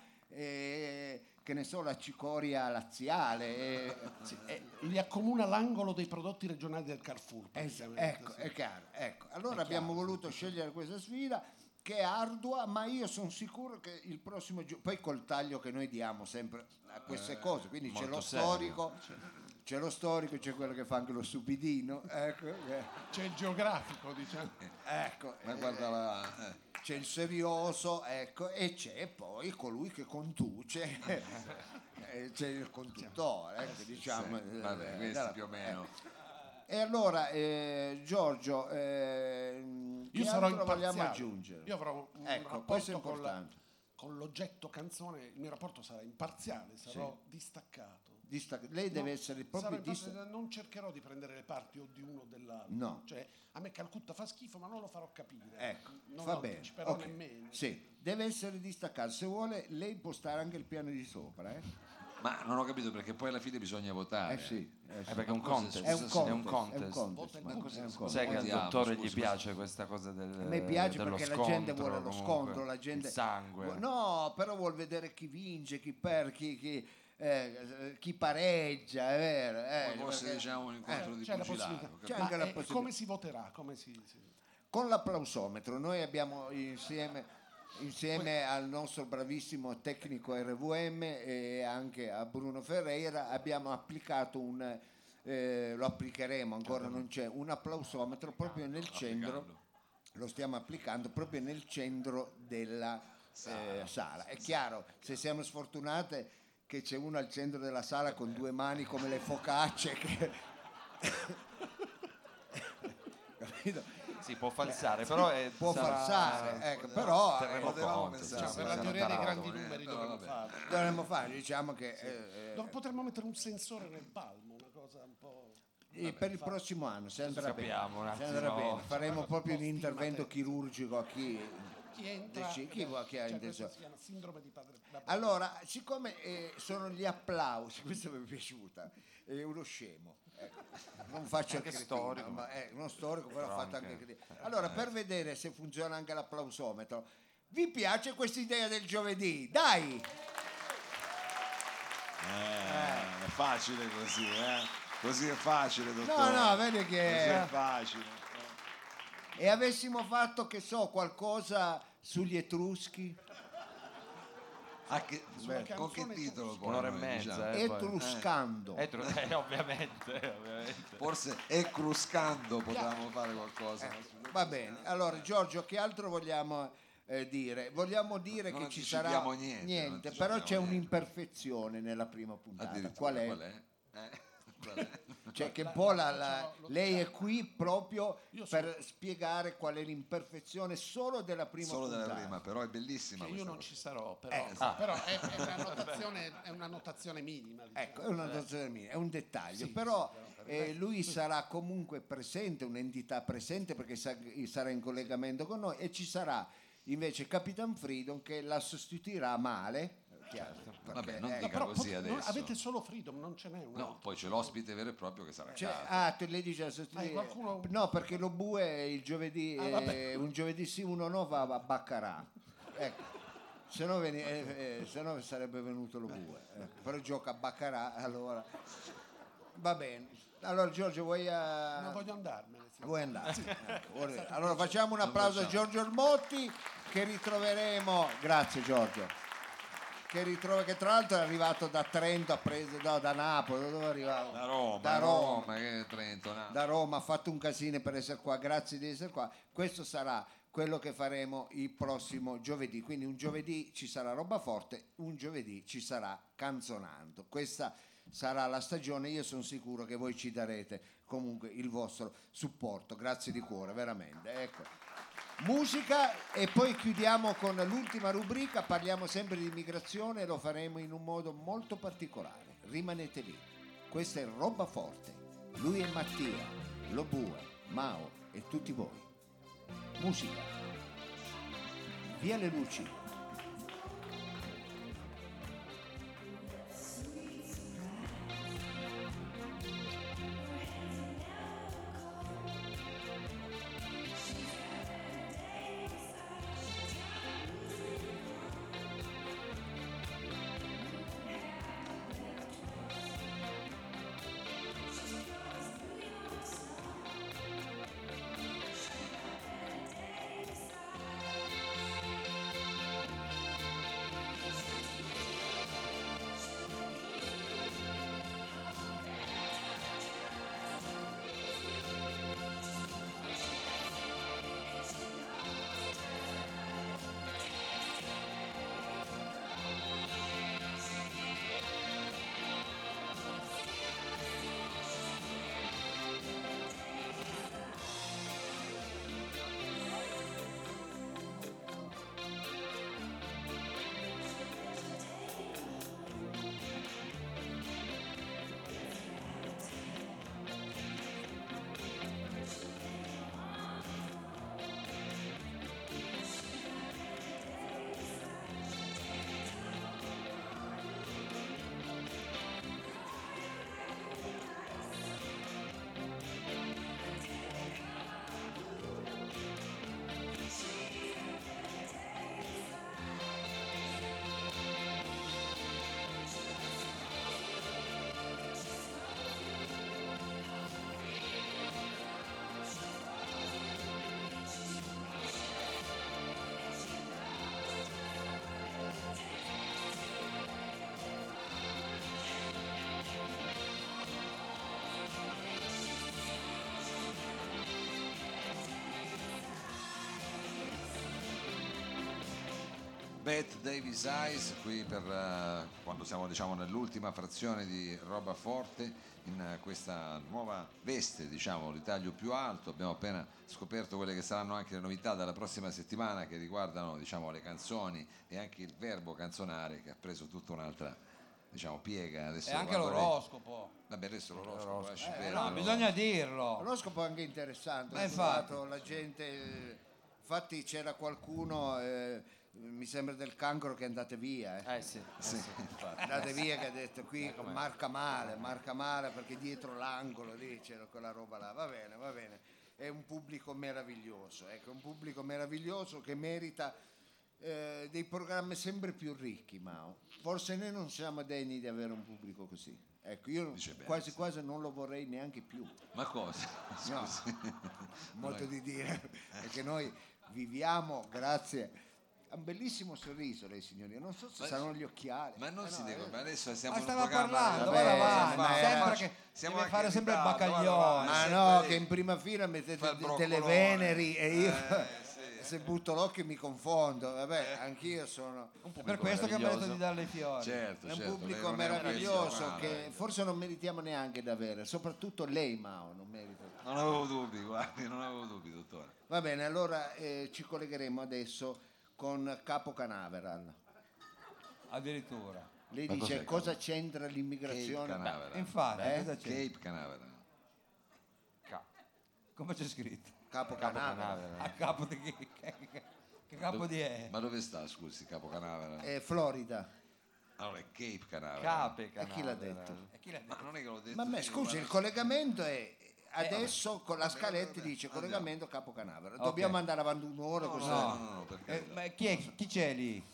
che ne so, la cicoria laziale. li accomuna l'angolo dei prodotti regionali del Carrefour. praticamente, Ecco, sì. è chiaro. Ecco. Allora abbiamo voluto scegliere questa sfida che è ardua, ma io sono sicuro che il prossimo poi col taglio che noi diamo sempre a queste cose, quindi c'è molto lo serio. storico, c'è lo storico, c'è quello che fa anche lo stupidino, ecco, C'è il geografico, diciamo. ecco, Ma guarda c'è il serioso, ecco, e c'è poi colui che conduce, c'è il conduttore, ecco, diciamo. vabbè, questi più o meno. E allora, Giorgio, Io che sarò altro vogliamo imparziale. aggiungere? Io avrò un Ecco, questo è rapporto importante. con l'oggetto canzone, il mio rapporto sarà imparziale, sarò distaccato. Lei deve No, essere proprio non cercherò di prendere le parti o di uno o dell'altro. No. Cioè, a me Calcutta fa schifo, ma non lo farò capire. Ecco, non va lo bene. anticiperò Ok. nemmeno. Sì, deve essere distaccato. Se vuole, lei può stare anche il piano di sopra. Ma non ho capito perché poi alla fine bisogna votare. Sì. Perché è un contest. È un contest. È un contest. Ma cosa- Sai che al votiamo, dottore gli scusa, piace questa cosa del A me piace dello perché la gente scontro, vuole lo comunque, scontro, la gente il sangue. No, però vuol vedere chi vince, chi perde, chi pareggia, è vero. Poi forse perché- diciamo un incontro di C'è la pugilato. possibilità. capito? C'è Ma anche la possibilità. come si voterà? Come si... Con l'applausometro noi abbiamo insieme al nostro bravissimo tecnico RVM e anche a Bruno Ferreira abbiamo applicato lo applicheremo, ancora non c'è, un applausometro proprio nel centro, lo stiamo applicando proprio nel centro della sala. È chiaro, se siamo sfortunate che c'è uno al centro della sala con 2 mani come le focacce che... Capito? Si può falsare, però Può falsare, ecco, però terremo potevamo conto, pensare, insomma, per la sarà teoria dei tarato, grandi numeri no, dovremmo vabbè. farlo. dovremmo fare, diciamo che Potremmo mettere un sensore nel palmo, una cosa un po'... per il prossimo anno se andrà bene, capiamo un se andrà attimo. bene, faremo proprio un Un po' intervento stigmatizzato. chirurgico a chi Chi entra... chi ha cioè, intenzione. questo si chiama sindrome di padre... da padre. Allora, siccome sono gli applausi, questo mi è piaciuta, è uno scemo. Ecco. Non faccio il Anche cretino, storico. ma è uno storico, però ha fatto anche il anche- cretino. Allora, per vedere se funziona anche l'applausometro, vi piace questa idea del giovedì? Dai! È facile così, Così è facile, dottore. No, vedi Così che... è facile. E avessimo fatto, che so, qualcosa sugli Etruschi? Con che titolo poi? Un'ora e noi, mezza. diciamo? Poi. Etruscando. Ovviamente. Forse Etruscando potevamo fare qualcosa. Va bene, allora Giorgio, che altro vogliamo dire? Vogliamo dire Non che ci sarà anticipiamo niente, non però c'è anticipiamo niente. un'imperfezione nella prima puntata. Addirittura, Qual è? Qual è? Cioè che un po' lei è qui proprio Io per spiegare qual è l'imperfezione solo della prima Solo puntata. della prima, però è bellissima Cioè, io questa non cosa. ci sarò, però è una notazione minima. Diciamo. Ecco, è una notazione mia, è un dettaglio, però lui sarà comunque presente, un'entità presente perché sarà in collegamento con noi e ci sarà invece Capitan Freedom che la sostituirà male. Chiaro, Vabbè, non perché, dica Però così adesso. avete solo Freedom, non ce n'è un No, altro. poi c'è l'ospite vero e proprio che sarà a cioè, casa. lei dice la sostituire. qualcuno- No, perché lo bue il giovedì, vabbè. un giovedì sì, uno no, va a Baccarà. Ecco. Se no sarebbe venuto lo bue. Ecco. Però gioca a Baccarà, allora. Va bene. Allora Giorgio Non voglio andarmene. vuoi andare? Ecco, allora facciamo un applauso a Giorgio Ormotti che ritroveremo. Grazie Giorgio. Che tra l'altro è arrivato da Trento, da Napoli, dove è arrivato? Da Roma, che è Trento, no? Da Roma, ha fatto un casino per essere qua, grazie di essere qua. Questo sarà quello che faremo il prossimo giovedì, quindi un giovedì ci sarà roba forte, un giovedì ci sarà canzonando. Questa sarà la stagione, io sono sicuro che voi ci darete comunque il vostro supporto, grazie di cuore, veramente. Ecco. Musica e poi chiudiamo con l'ultima rubrica, parliamo sempre di immigrazione e lo faremo in un modo molto particolare. Rimanete lì, questa è roba forte. Lui è Mattia, Lobue, Mao e tutti voi. Musica. Via le luci. Bette Davis Eyes qui per quando siamo diciamo nell'ultima frazione di roba forte in questa nuova veste, diciamo il taglio più alto. Abbiamo appena scoperto quelle che saranno anche le novità dalla prossima settimana che riguardano diciamo le canzoni e anche il verbo canzonare che ha preso tutta un'altra diciamo piega adesso. E anche l'oroscopo. Vabbè adesso l'oroscopo lasci perdere, no, bisogna dirlo. L'oroscopo è anche interessante, Ma infatti. la gente infatti c'era qualcuno mi sembra del Cancro che andate via Sì. andate via che ha detto qui marca male perché dietro l'angolo lì c'era quella roba là, va bene, è un pubblico meraviglioso, ecco, un pubblico meraviglioso che merita dei programmi sempre più ricchi, Mao. Forse noi non siamo degni di avere un pubblico così, ecco, io quasi non lo vorrei neanche più. Ma cosa? No, molto di dire, perché noi viviamo grazie ha un bellissimo sorriso lei signorina, non so se saranno gli occhiali. Ma non si deve, ma adesso siamo Ma in stava un programma. parlando, guarda avanti, sembra che siamo deve anche fare in sempre il ritardo, baccaglione. Ma no, che in prima fila mettete delle veneri e io se butto l'occhio mi confondo, vabbè, anch'io sono È per questo che mi ha detto di darle i fiori. Certo, è un certo, pubblico non è un meraviglioso pezzo, che forse non meritiamo neanche di avere, soprattutto lei Mao non merita. Non avevo dubbi, guardi, non avevo dubbi, dottore. Va bene, allora ci collegheremo adesso con Capo Canaveral. Addirittura. Lei Ma dice cos'è cosa c'entra l'immigrazione? Cape Canaveral. Infatti, cosa c'è? Cape Canaveral. Come c'è scritto? Capo Canaveral. A capo di chi? Che capo di è? Ma dove sta, scusi, Capo Canaveral? Florida. Allora è Cape Canaveral. Cape E chi l'ha Canaveral. detto? Ma non è che l'ho detto Ma a me io, scusi, guarda. il collegamento è adesso con la scaletta dice collegamento Capo Canaveral. Dobbiamo andare avanti un'ora così. No, per carità. Ma chi c'è lì?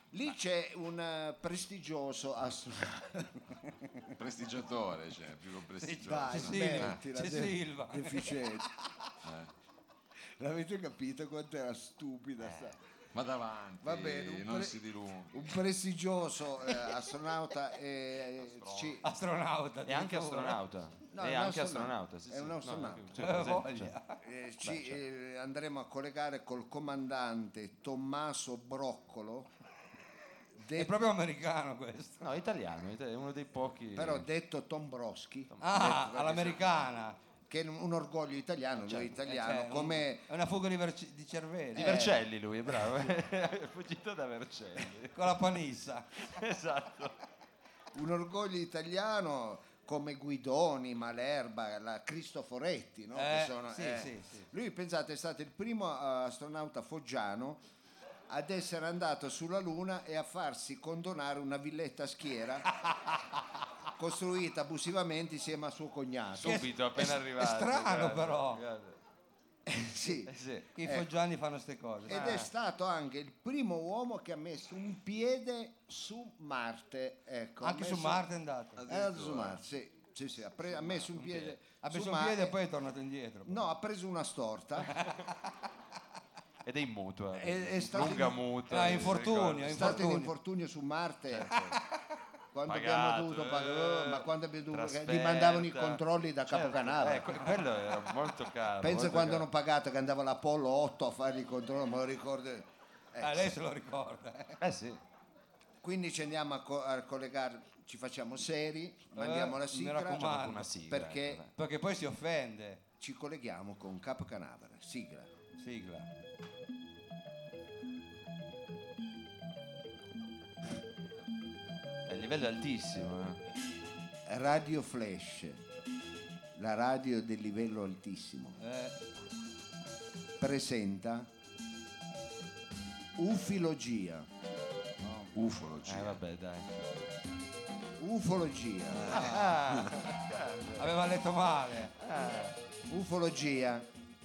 Lì c'è un prestigioso Prestigiatore, cioè, più che un prestigioso. Dai, smettila, c'è Silva. deficiente. L'avete capito quanto era stupida Ma davanti, Va bene, non si dilunga. un prestigioso astronauta Astronauta. E anche addirittura. astronauta. No, e è un anche astronauta. astronauta, sì, È sì. un astronauta. No, presente, Voglia. andremo a collegare col comandante Tommaso Broccolo, È proprio americano questo. No, italiano, è uno dei pochi. però detto Tombrowski, Ah, all'americana. che è un orgoglio italiano, lui è italiano, Cioè, come è una fuga di cervelli. Di Vercelli lui, è bravo. È fuggito da Vercelli. Con la panissa. Esatto. un orgoglio italiano come Guidoni, Malerba, la Cristoforetti, no? Che sono, sì. Lui, pensate, è stato il primo astronauta foggiano ad essere andato sulla Luna e a farsi condonare una villetta a schiera costruita abusivamente insieme a suo cognato. Subito, appena arrivato. È strano guarda, però. guarda. Sì. Sì. Che i foggiani fanno queste cose. Ed è stato anche il primo uomo che ha messo un piede su Marte. Ecco, Anche su Marte è andato. È andato su Marte, sì, ha messo un piede. Ha su messo un Marte. piede e poi è tornato indietro. No, ha preso una storta. Ed è in mutua. È stato Lunga in- mutua. Ah, infortunio, È stato in infortunio su Marte. Quando Pagato, abbiamo dovuto pagare, ma quando abbiamo dovuto trasferta. gli mandavano i controlli da Certo, Capocanavera. quello era molto caro. Pensa molto quando caro. hanno pagato che andava l'Apollo 8 a fare i controlli, me lo ricordo. Lei se lo ricorda. Sì. Quindi ci andiamo a collegare, ci facciamo seri, mandiamo la mi sigla raccomando. Facciamo una sigla. perché ecco, dai. Perché poi si offende. ci colleghiamo con Capocanavera. Sigla. Sigla. Il livello è altissimo. Radio Flash, la radio del livello altissimo, presenta Ufologia. Ufologia. Vabbè, dai. Ufologia. Aveva letto male. Ufologia.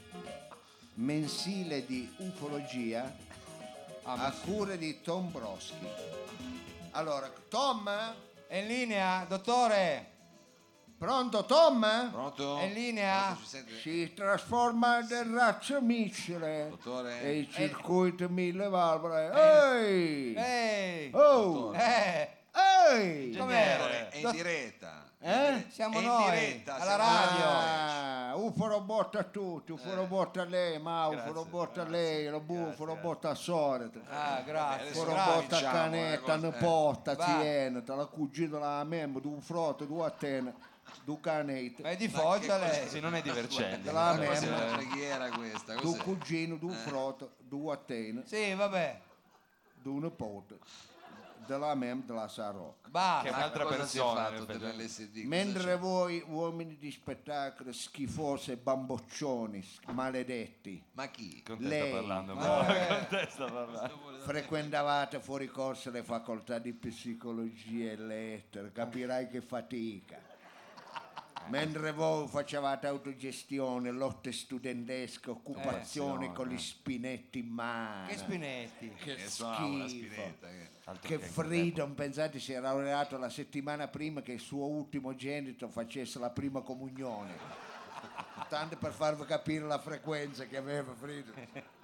Mensile di ufologia a cura di Tom Broschi. Allora, Tom? È in linea, dottore? Pronto, Tom? Pronto? È in linea? Pronto, ci sente? Si trasforma nel razzo missile Dottore? e il circuito mille valvole. Ehi! Ehi! Oh! Ehi! Com'è? È in diretta. Siamo È in noi, diretta, alla siamo- radio. UFO robotta a tutti, UFO robotta a lei, ma UFO robotta a lei, lo UFO robotta a solito. Grazie. UFO Adesso robotta a diciamo, canetta, cosa- nipotta, Va. ziena, te la cugina la membo, du frotto, du attena, du canetta, Ma è di Foggia lei? Sì, non è di Vercelli. La Ma cos'è membo, una preghiera questa? du Cos'è? cugino, du frotto, du attena, Sì, vabbè. du nipote, della mem della Sarocca. Che è Basta. un'altra Cosa si è persona. fatto in effetti. dell'LSD? Cosa Mentre c'è? voi, uomini di spettacolo, schifose bamboccioni, maledetti, Ma chi? Con te Lei. sta parlando. Ma- Con te sta parlando. frequentavate fuori corso le facoltà di psicologia e lettere, capirai che fatica. Mentre voi facevate autogestione, lotte studentesche, occupazione con gli spinetti in mano. Che spinetti. Che suonava la schifo. spinetta. Altro Che che- Freedom, pensate, si era laureato la settimana prima che il suo ultimo genito facesse la prima comunione. Tanto per farvi capire la frequenza che aveva Freedom.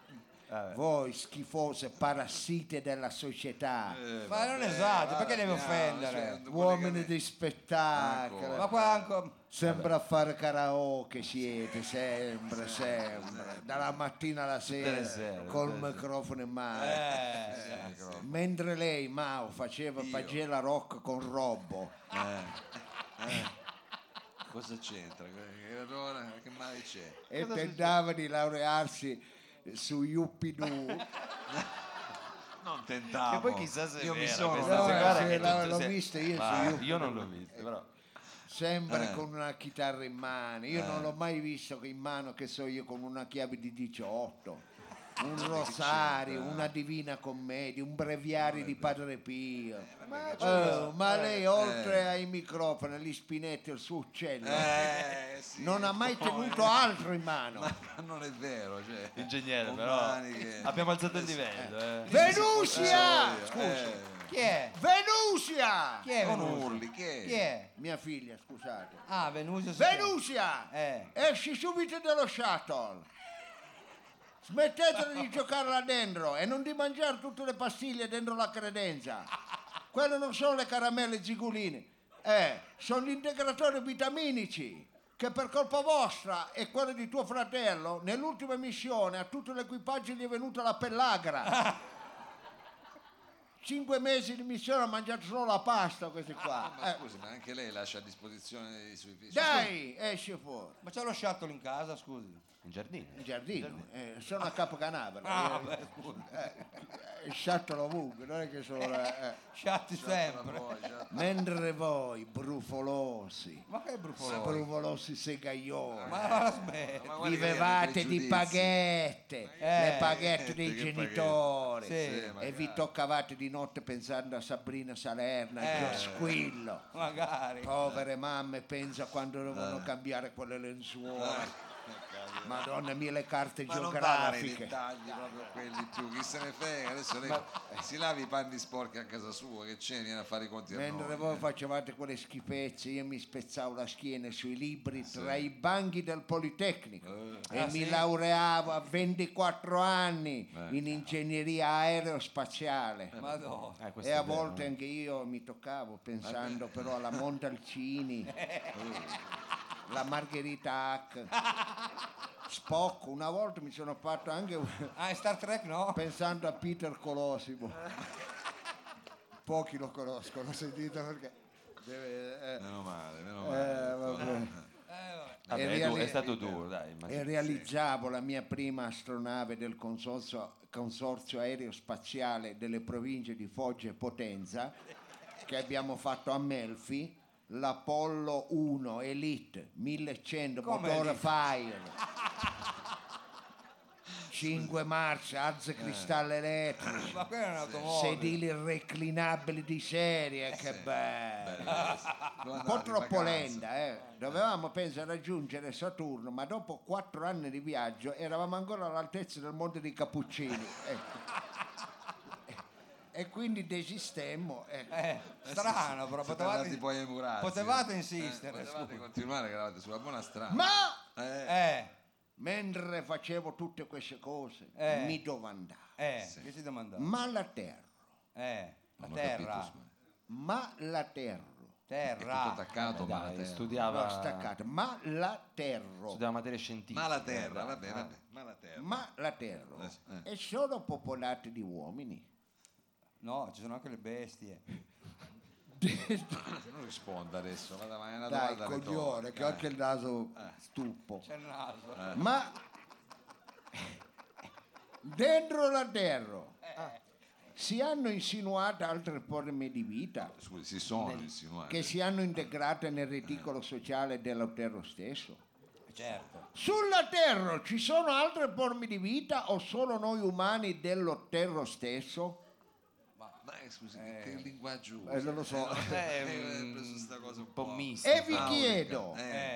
Voi schifose parassite della società, Ma non esatto, perché deve offendere? uomini di spettacolo, Ma qua anche... sempre a fare karaoke siete, sempre, dalla mattina alla sera, sere, col microfono in mano. Mentre lei, Mao, faceva pagella rock con Robbo, Cosa c'entra? Che errore? Che male c'è? e tentava di laurearsi su Yuppidoo. Non tentavo. E poi chissà se io è mi vera sono questa No, cosa. Guarda sì, che tutto l'ho si è- vista io su Ma YouTube. io non l'ho visto, però. Sempre con una chitarra in mano. Io non l'ho mai visto in mano, che so io, con una chiave di 18, un rosario, una divina commedia, un breviario di Padre Pio. Ma lei, oltre dai microfono, gli spinetti, il suo uccello. Sì, Non ha mai tenuto altro in mano. Ma non è vero, cioè. Ingegnere, però umani che- abbiamo alzato il livello. Venusia! Scusi. Chi è? Venusia! Chi è Non Venusia? urli, chi è? Chi è? Mia figlia, scusate. Ah, Venusia. Venusia! Esci subito dallo shuttle. Smettetela di giocare là dentro e non di mangiare tutte le pastiglie dentro la credenza. Quelle non sono le caramelle zigoline. Sono gli integratori vitaminici che per colpa vostra e quella di tuo fratello nell'ultima missione a tutto l'equipaggio gli è venuta la pellagra. 5 mesi di missione ha mangiato solo la pasta questi qua. Ma scusi, ma anche lei lascia a disposizione i suoi figli. Dai, esce fuori. Ma c'è lo shuttle in casa, scusi. In giardino. In giardino, sono a Capo Canavera. Sciattolo ovunque, non è che sono. Sciatti sempre. Mentre voi, brufolosi, Ma che brufolo? brufolosi segaioli, Ma smetti. vivevate di paghette, le paghette dei che genitori, Sì, e vi toccavate di notte pensando a Sabrina Salerno, al Squillo. Magari. Povere mamme, pensa quando dovevano cambiare quelle lenzuola. Madonna mia, le carte Ma non vada nei geografiche. dettagli proprio quelli più, chi se ne frega, adesso lei si lavi i panni sporchi a casa sua, che c'è, viene a fare i conti a Mentre noi. voi facevate quelle schifezze, io mi spezzavo la schiena sui libri tra i banchi del Politecnico e mi laureavo a 24 anni in ingegneria aerospaziale. Madonna. E a volte anche io mi toccavo pensando però alla Montalcini, la Margherita Hack, Spock. Una volta mi sono fatto anche Ah, è Star Trek no? pensando a Peter Colosimo. Pochi lo conoscono, sentito perché Meno male. vabbè. Vabbè, E è stato duro, dai. E realizzavo la mia prima astronave del consorzio aerospaziale delle province di Foggia e Potenza, che abbiamo fatto a Melfi, l'Apollo 1 Elite 1100, Come motore Elite? Fire, 5 marce, alze cristallo elettrico, Ma quella è un'automobile. sedili reclinabili di serie, che bello. Un po' troppo lenta, Dovevamo, penso, raggiungere Saturno, ma dopo 4 anni di viaggio eravamo ancora all'altezza del Monte dei Cappuccini. E quindi desistemmo. Strano, però Siete andati potevate, poi ai Murazzi. potevate insistere. Potevate continuare, che eravate sulla buona strada. Ma Eh, mentre facevo tutte queste cose, mi domandavo, che si domandava? ma la Terra, La Non ho terra. capito, scusa. ma la Terra, È tutto Terra. attaccato, ma la Dai, terra. l'ho studiava staccata, ma la Terra, studiava materie scientifiche. Ma la terra, vabbè, ma la terra. ma la Terra è solo popolata di uomini. No, ci sono anche le bestie. Non risponda adesso, ma è una Dai, domanda coglione, retorica, che ho anche il naso stuppo. C'è il naso. Ma dentro la Terra si hanno insinuate altre forme di vita Scusi, si sono insinuati. che si hanno integrate nel reticolo sociale della Terra stesso. Certo. Sulla Terra ci sono altre forme di vita o solo noi umani dello Terra stesso? Ma scusi, che linguaggio usa? Non lo so. Ho preso sta cosa un po' mista. E vi chiedo,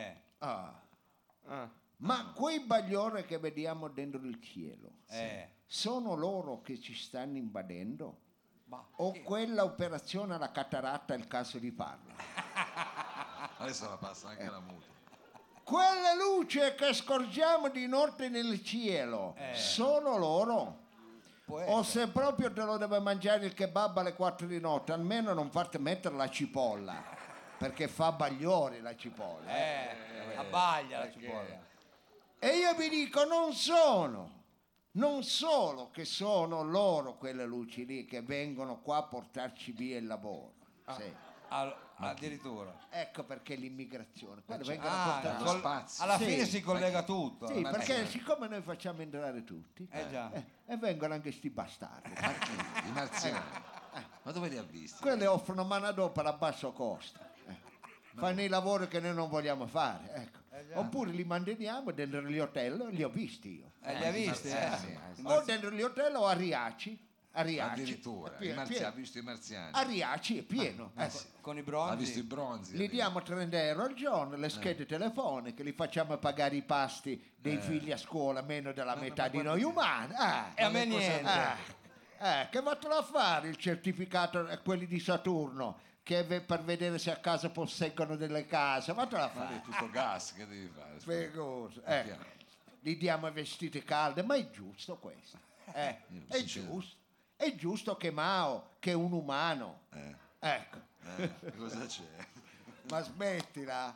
Eh. ma quei bagliori che vediamo dentro il cielo, Eh. sono loro che ci stanno invadendo? Ma O quella operazione alla cataratta è il caso di farla? Adesso la passa anche la muta. Quelle luci che scorgiamo di notte nel cielo, sono loro? può O essere. se proprio te lo deve mangiare il kebab alle 4 di notte, almeno non farti mettere la cipolla, perché fa bagliori la cipolla. Abbaglia la cipolla. E io vi dico, non solo che sono loro quelle luci lì che vengono qua a portarci via il lavoro. Sì. Addirittura. Ecco perché l'immigrazione. Quelle vengono a Ah, portarci. lo spazio. alla Sì. fine si collega tutto. Sì, Ma perché sì. siccome noi facciamo entrare tutti, Già. e vengono anche sti bastardi. I marziani. Ma dove li ha visti? Quelle offrono manodopera a basso costo. Fanno i lavori che noi non vogliamo fare. Ecco. Oppure li manteniamo dentro gli hotel, li ho visti io. Li ha visti? sì. O dentro gli hotel o a Riaci. A Riaci. Addirittura, ha visto i marziani. A Riaci è pieno. Ecco. Con i bronzi. Ha visto i bronzi. Gli diamo 30 euro al giorno, le schede telefoniche, li facciamo pagare i pasti dei figli a scuola, meno della metà di noi umani. E a me niente. Che vattelo a fare il certificato a quelli di Saturno, che è per vedere se a casa posseggono delle case, vattelo a Ma fare. è tutto gas, che devi fare? Fegoso. Gli diamo i vestiti caldi, ma è giusto questo. È giusto. È giusto che Mao, che è un umano. Ecco. Cosa c'è? Ma smettila.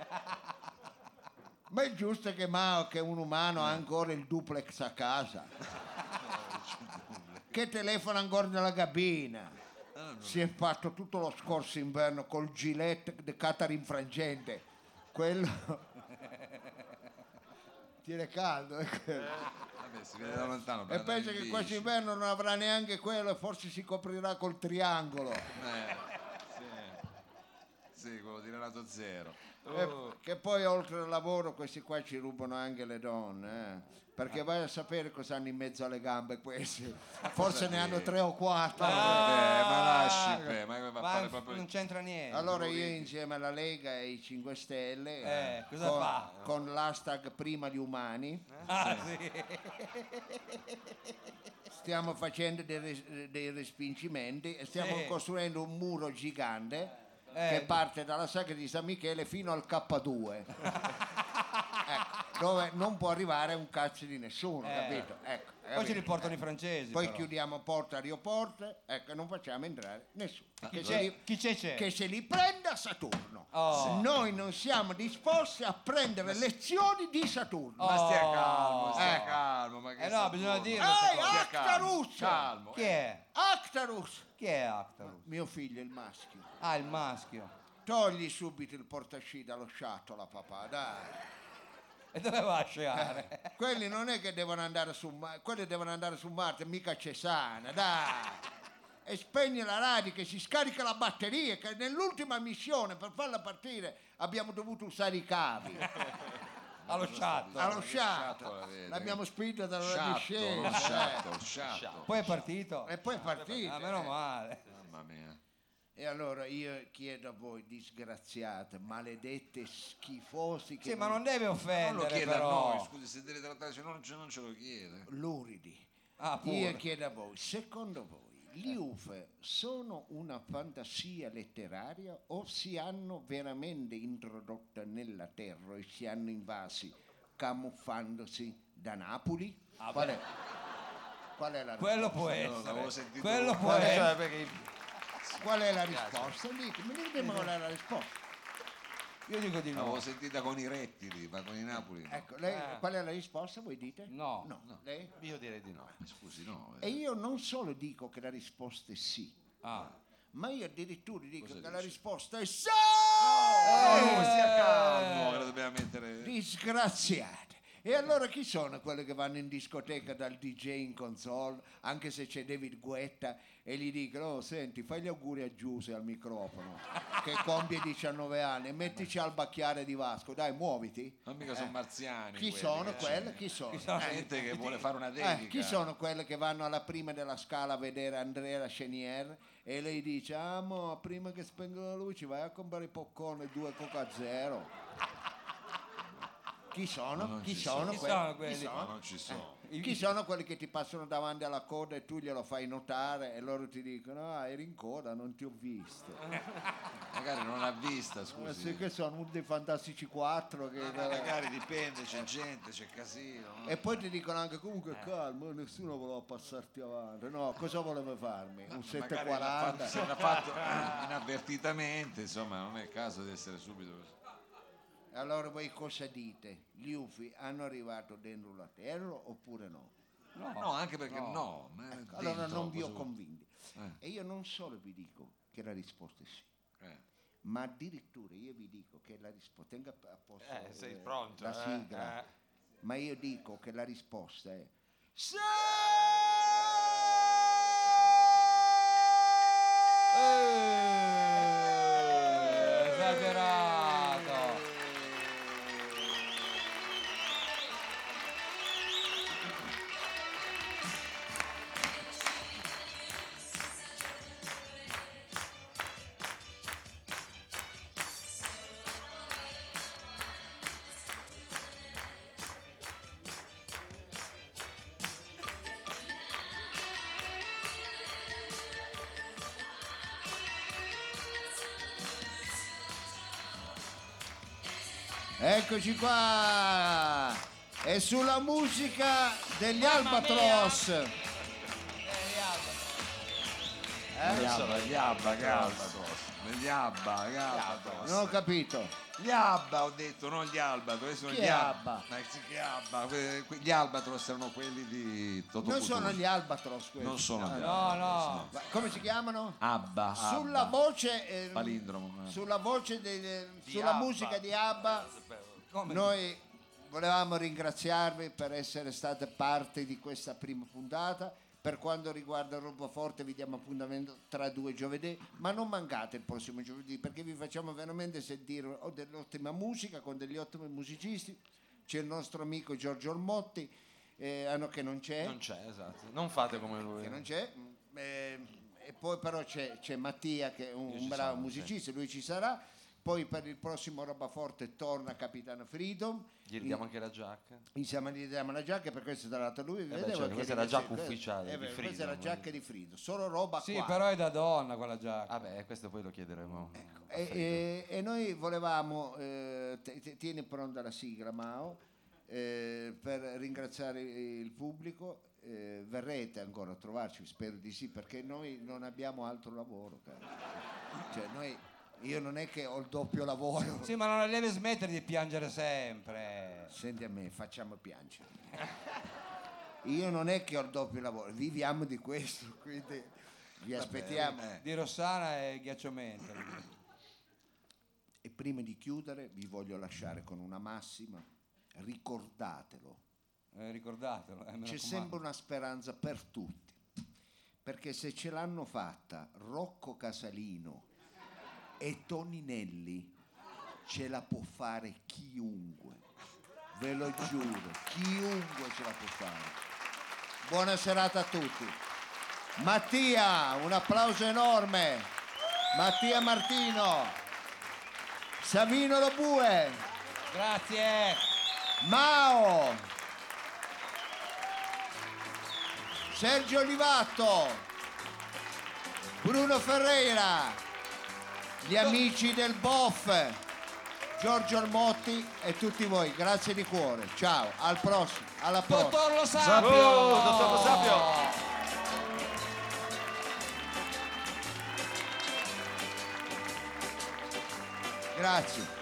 Ma è giusto che Mao, che è un umano, ha ancora il duplex a casa. Che telefona ancora nella cabina. Si è fatto tutto lo scorso inverno col gilet di Catarin frangente. Quello tiene caldo. Vabbè, si vede da lontano. E pensa che questo inverno non avrà neanche quello e forse si coprirà col triangolo. Sì, quello di Renato Zero. Che poi oltre al lavoro questi qua ci rubano anche le donne, perché vai a sapere cosa hanno in mezzo alle gambe questi. Forse ne hanno 3 o 4. Ma lasci, ma come va a fare proprio... Non c'entra niente. Allora io insieme alla Lega e ai 5 Stelle cosa fa? con l'hashtag prima gli umani Sì. stiamo facendo dei respingimenti e stiamo costruendo un muro gigante che parte dalla Sagra di San Michele fino al K2 dove non può arrivare un cazzo di nessuno, capito? Poi ci riportano i francesi. Poi però. chiudiamo porte a aeroporto, non facciamo entrare nessuno. Chi c'è? Che se li prenda Saturno. Oh. Noi non siamo disposti a prendere lezioni di Saturno. Ma stia calmo, ma che no, bisogna dirlo. Actarus! calmo. Chi è? Actarus! Chi è Actarus? Mio figlio, il maschio. Ah, il maschio. Togli subito il portasci dallo sciattola, papà, dai. E dove va a sciare? Quelli non è che devono andare su Marte, quelli devono andare su Marte, mica Cesana, dai. E spegni la radio che si scarica la batteria, che nell'ultima missione per farla partire abbiamo dovuto usare i cavi. Allo sciatto. Allo sciatto. L'abbiamo spinta dalla discesa. Sciatto. Poi è partito. E poi è partito. Ah, meno male. Mamma mia. E allora io chiedo a voi, disgraziate, maledette, schifosi che... Sì, ma non deve offendere, Non lo chiede però. a noi, scusi, se deve trattarci non ce lo chiede. Luridi. Ah, pure. Io chiedo a voi, secondo voi, gli UFO sono una fantasia letteraria o si hanno veramente introdotta nella Terra e si hanno invasi camuffandosi da Napoli? Qual è la risposta? Quello può l'avevo essere. sentito. Quello può Qual è? essere. Qual è la risposta? Ditemi qual è la risposta. Io dico di no. L'avevo sentita con i rettili, ma con i Napoli no. Ecco, lei, qual è la risposta? Voi dite? No. Lei? Io direi di no. Scusi, no. E io non solo dico che la risposta è sì, Ah. ma io addirittura dico Cosa che dici? la risposta è sì! Stia calmo, che la dobbiamo mettere... Disgraziate! E allora chi sono quelli che vanno in discoteca dal DJ in console, anche se c'è David Guetta, e gli dicono: oh, senti, fai gli auguri a Giuse al microfono, che compie 19 anni, e mettici al bacchiare di Vasco, dai, muoviti. Non mica sono marziani. Chi quelli, sono quelle? Chi sono? Gente che vuole fare una dedica. Chi sono quelle che vanno alla prima della Scala a vedere Andrea Chenier e lei dice: ah, mo, prima che spengono la luce vai a comprare i popcorn e 2 Coca Zero. Chi sono? Chi sono quelli? Chi Ma sono? non ci sono. Chi sono quelli che ti passano davanti alla coda e tu glielo fai notare e loro ti dicono: ah, eri in coda, non ti ho visto. Magari non l'ha vista, Sì, scusi. che sono uno dei Fantastici 4 che... Magari dipende, c'è gente, c'è casino. No? E poi ti dicono anche: comunque calmo, nessuno voleva passarti avanti. No, cosa voleva farmi? Un Magari 740? se l'ha fatto inavvertitamente, insomma, non è il caso di essere subito così. Allora voi cosa dite? Gli UFI hanno arrivato dentro la Terra oppure no? No, anche perché no. Ma Ecco, allora dentro non vi ho cosa- convinti. E io non solo vi dico che la risposta è sì, Eh. ma addirittura io vi dico che la risposta... Tenga a posto sei pronto, la sigla. Ma io dico che la risposta è... Sì! Esagerato. Eccoci qua. E sulla musica degli Albatros. Gli Abba. Non ho capito. Gli Abba ho detto, non gli Albatros. Sono Chi gli è Abba. Abba? Ma sì, che Abba. Gli Albatros erano quelli di Toto Non Cutugno. sono gli Albatros questi. Non sono gli No, Albatros. no. Ma come si chiamano? Abba. Sulla Abba. voce Palindromo. sulla voce sulla Abba. musica di Abba Come? noi volevamo ringraziarvi per essere state parte di questa prima puntata. Per quanto riguarda Roboforte vi diamo appuntamento tra 2 giovedì, ma non mancate il prossimo giovedì perché vi facciamo veramente sentire dell'ottima musica con degli ottimi musicisti. C'è il nostro amico Giorgio Ormotti che non c'è, Esatto. Non fate come lui. che non c'è. E poi però c'è Mattia che è un bravo musicista, lui ci sarà. Poi per il prossimo Robaforte torna Capitano Freedom. Gli ridiamo anche la giacca. Insieme gli diamo la giacca per questo tra l'altro lui beh, vedevo certo, che questa è la giacca ufficiale di questa è la Freedom. giacca di Freedom, solo roba Sì, qua. però è da donna quella giacca. Vabbè, questo poi lo chiederemo. E noi volevamo tieni pronta la sigla Mao per ringraziare il pubblico. Verrete ancora a trovarci, spero di sì, perché noi non abbiamo altro lavoro, caro. Cioè io non è che ho il doppio lavoro. Sì, ma non deve smettere di piangere sempre. Senti a me, facciamo piangere. Io non è che ho il doppio lavoro, viviamo di questo, quindi vi aspettiamo. Di Rossana e Ghiacciomento. E prima di chiudere vi voglio lasciare con una massima, ricordatelo. Ricordatelo. Me C'è raccomando. sempre una speranza per tutti, perché se ce l'hanno fatta Rocco Casalino e Toninelli, ce la può fare chiunque, ve lo giuro, chiunque ce la può fare. Buona serata a tutti. Mattia, un applauso enorme. Mattia Martino, Savino Lobue, Grazie. Mao, Sergio Olivatto, Bruno Ferreira, gli amici del BOF, Giorgio Ormotti e tutti voi. Grazie di cuore. Ciao, al prossimo, alla prossima. Dottor Lo Sapio. Dottor Lo Sapio. Grazie.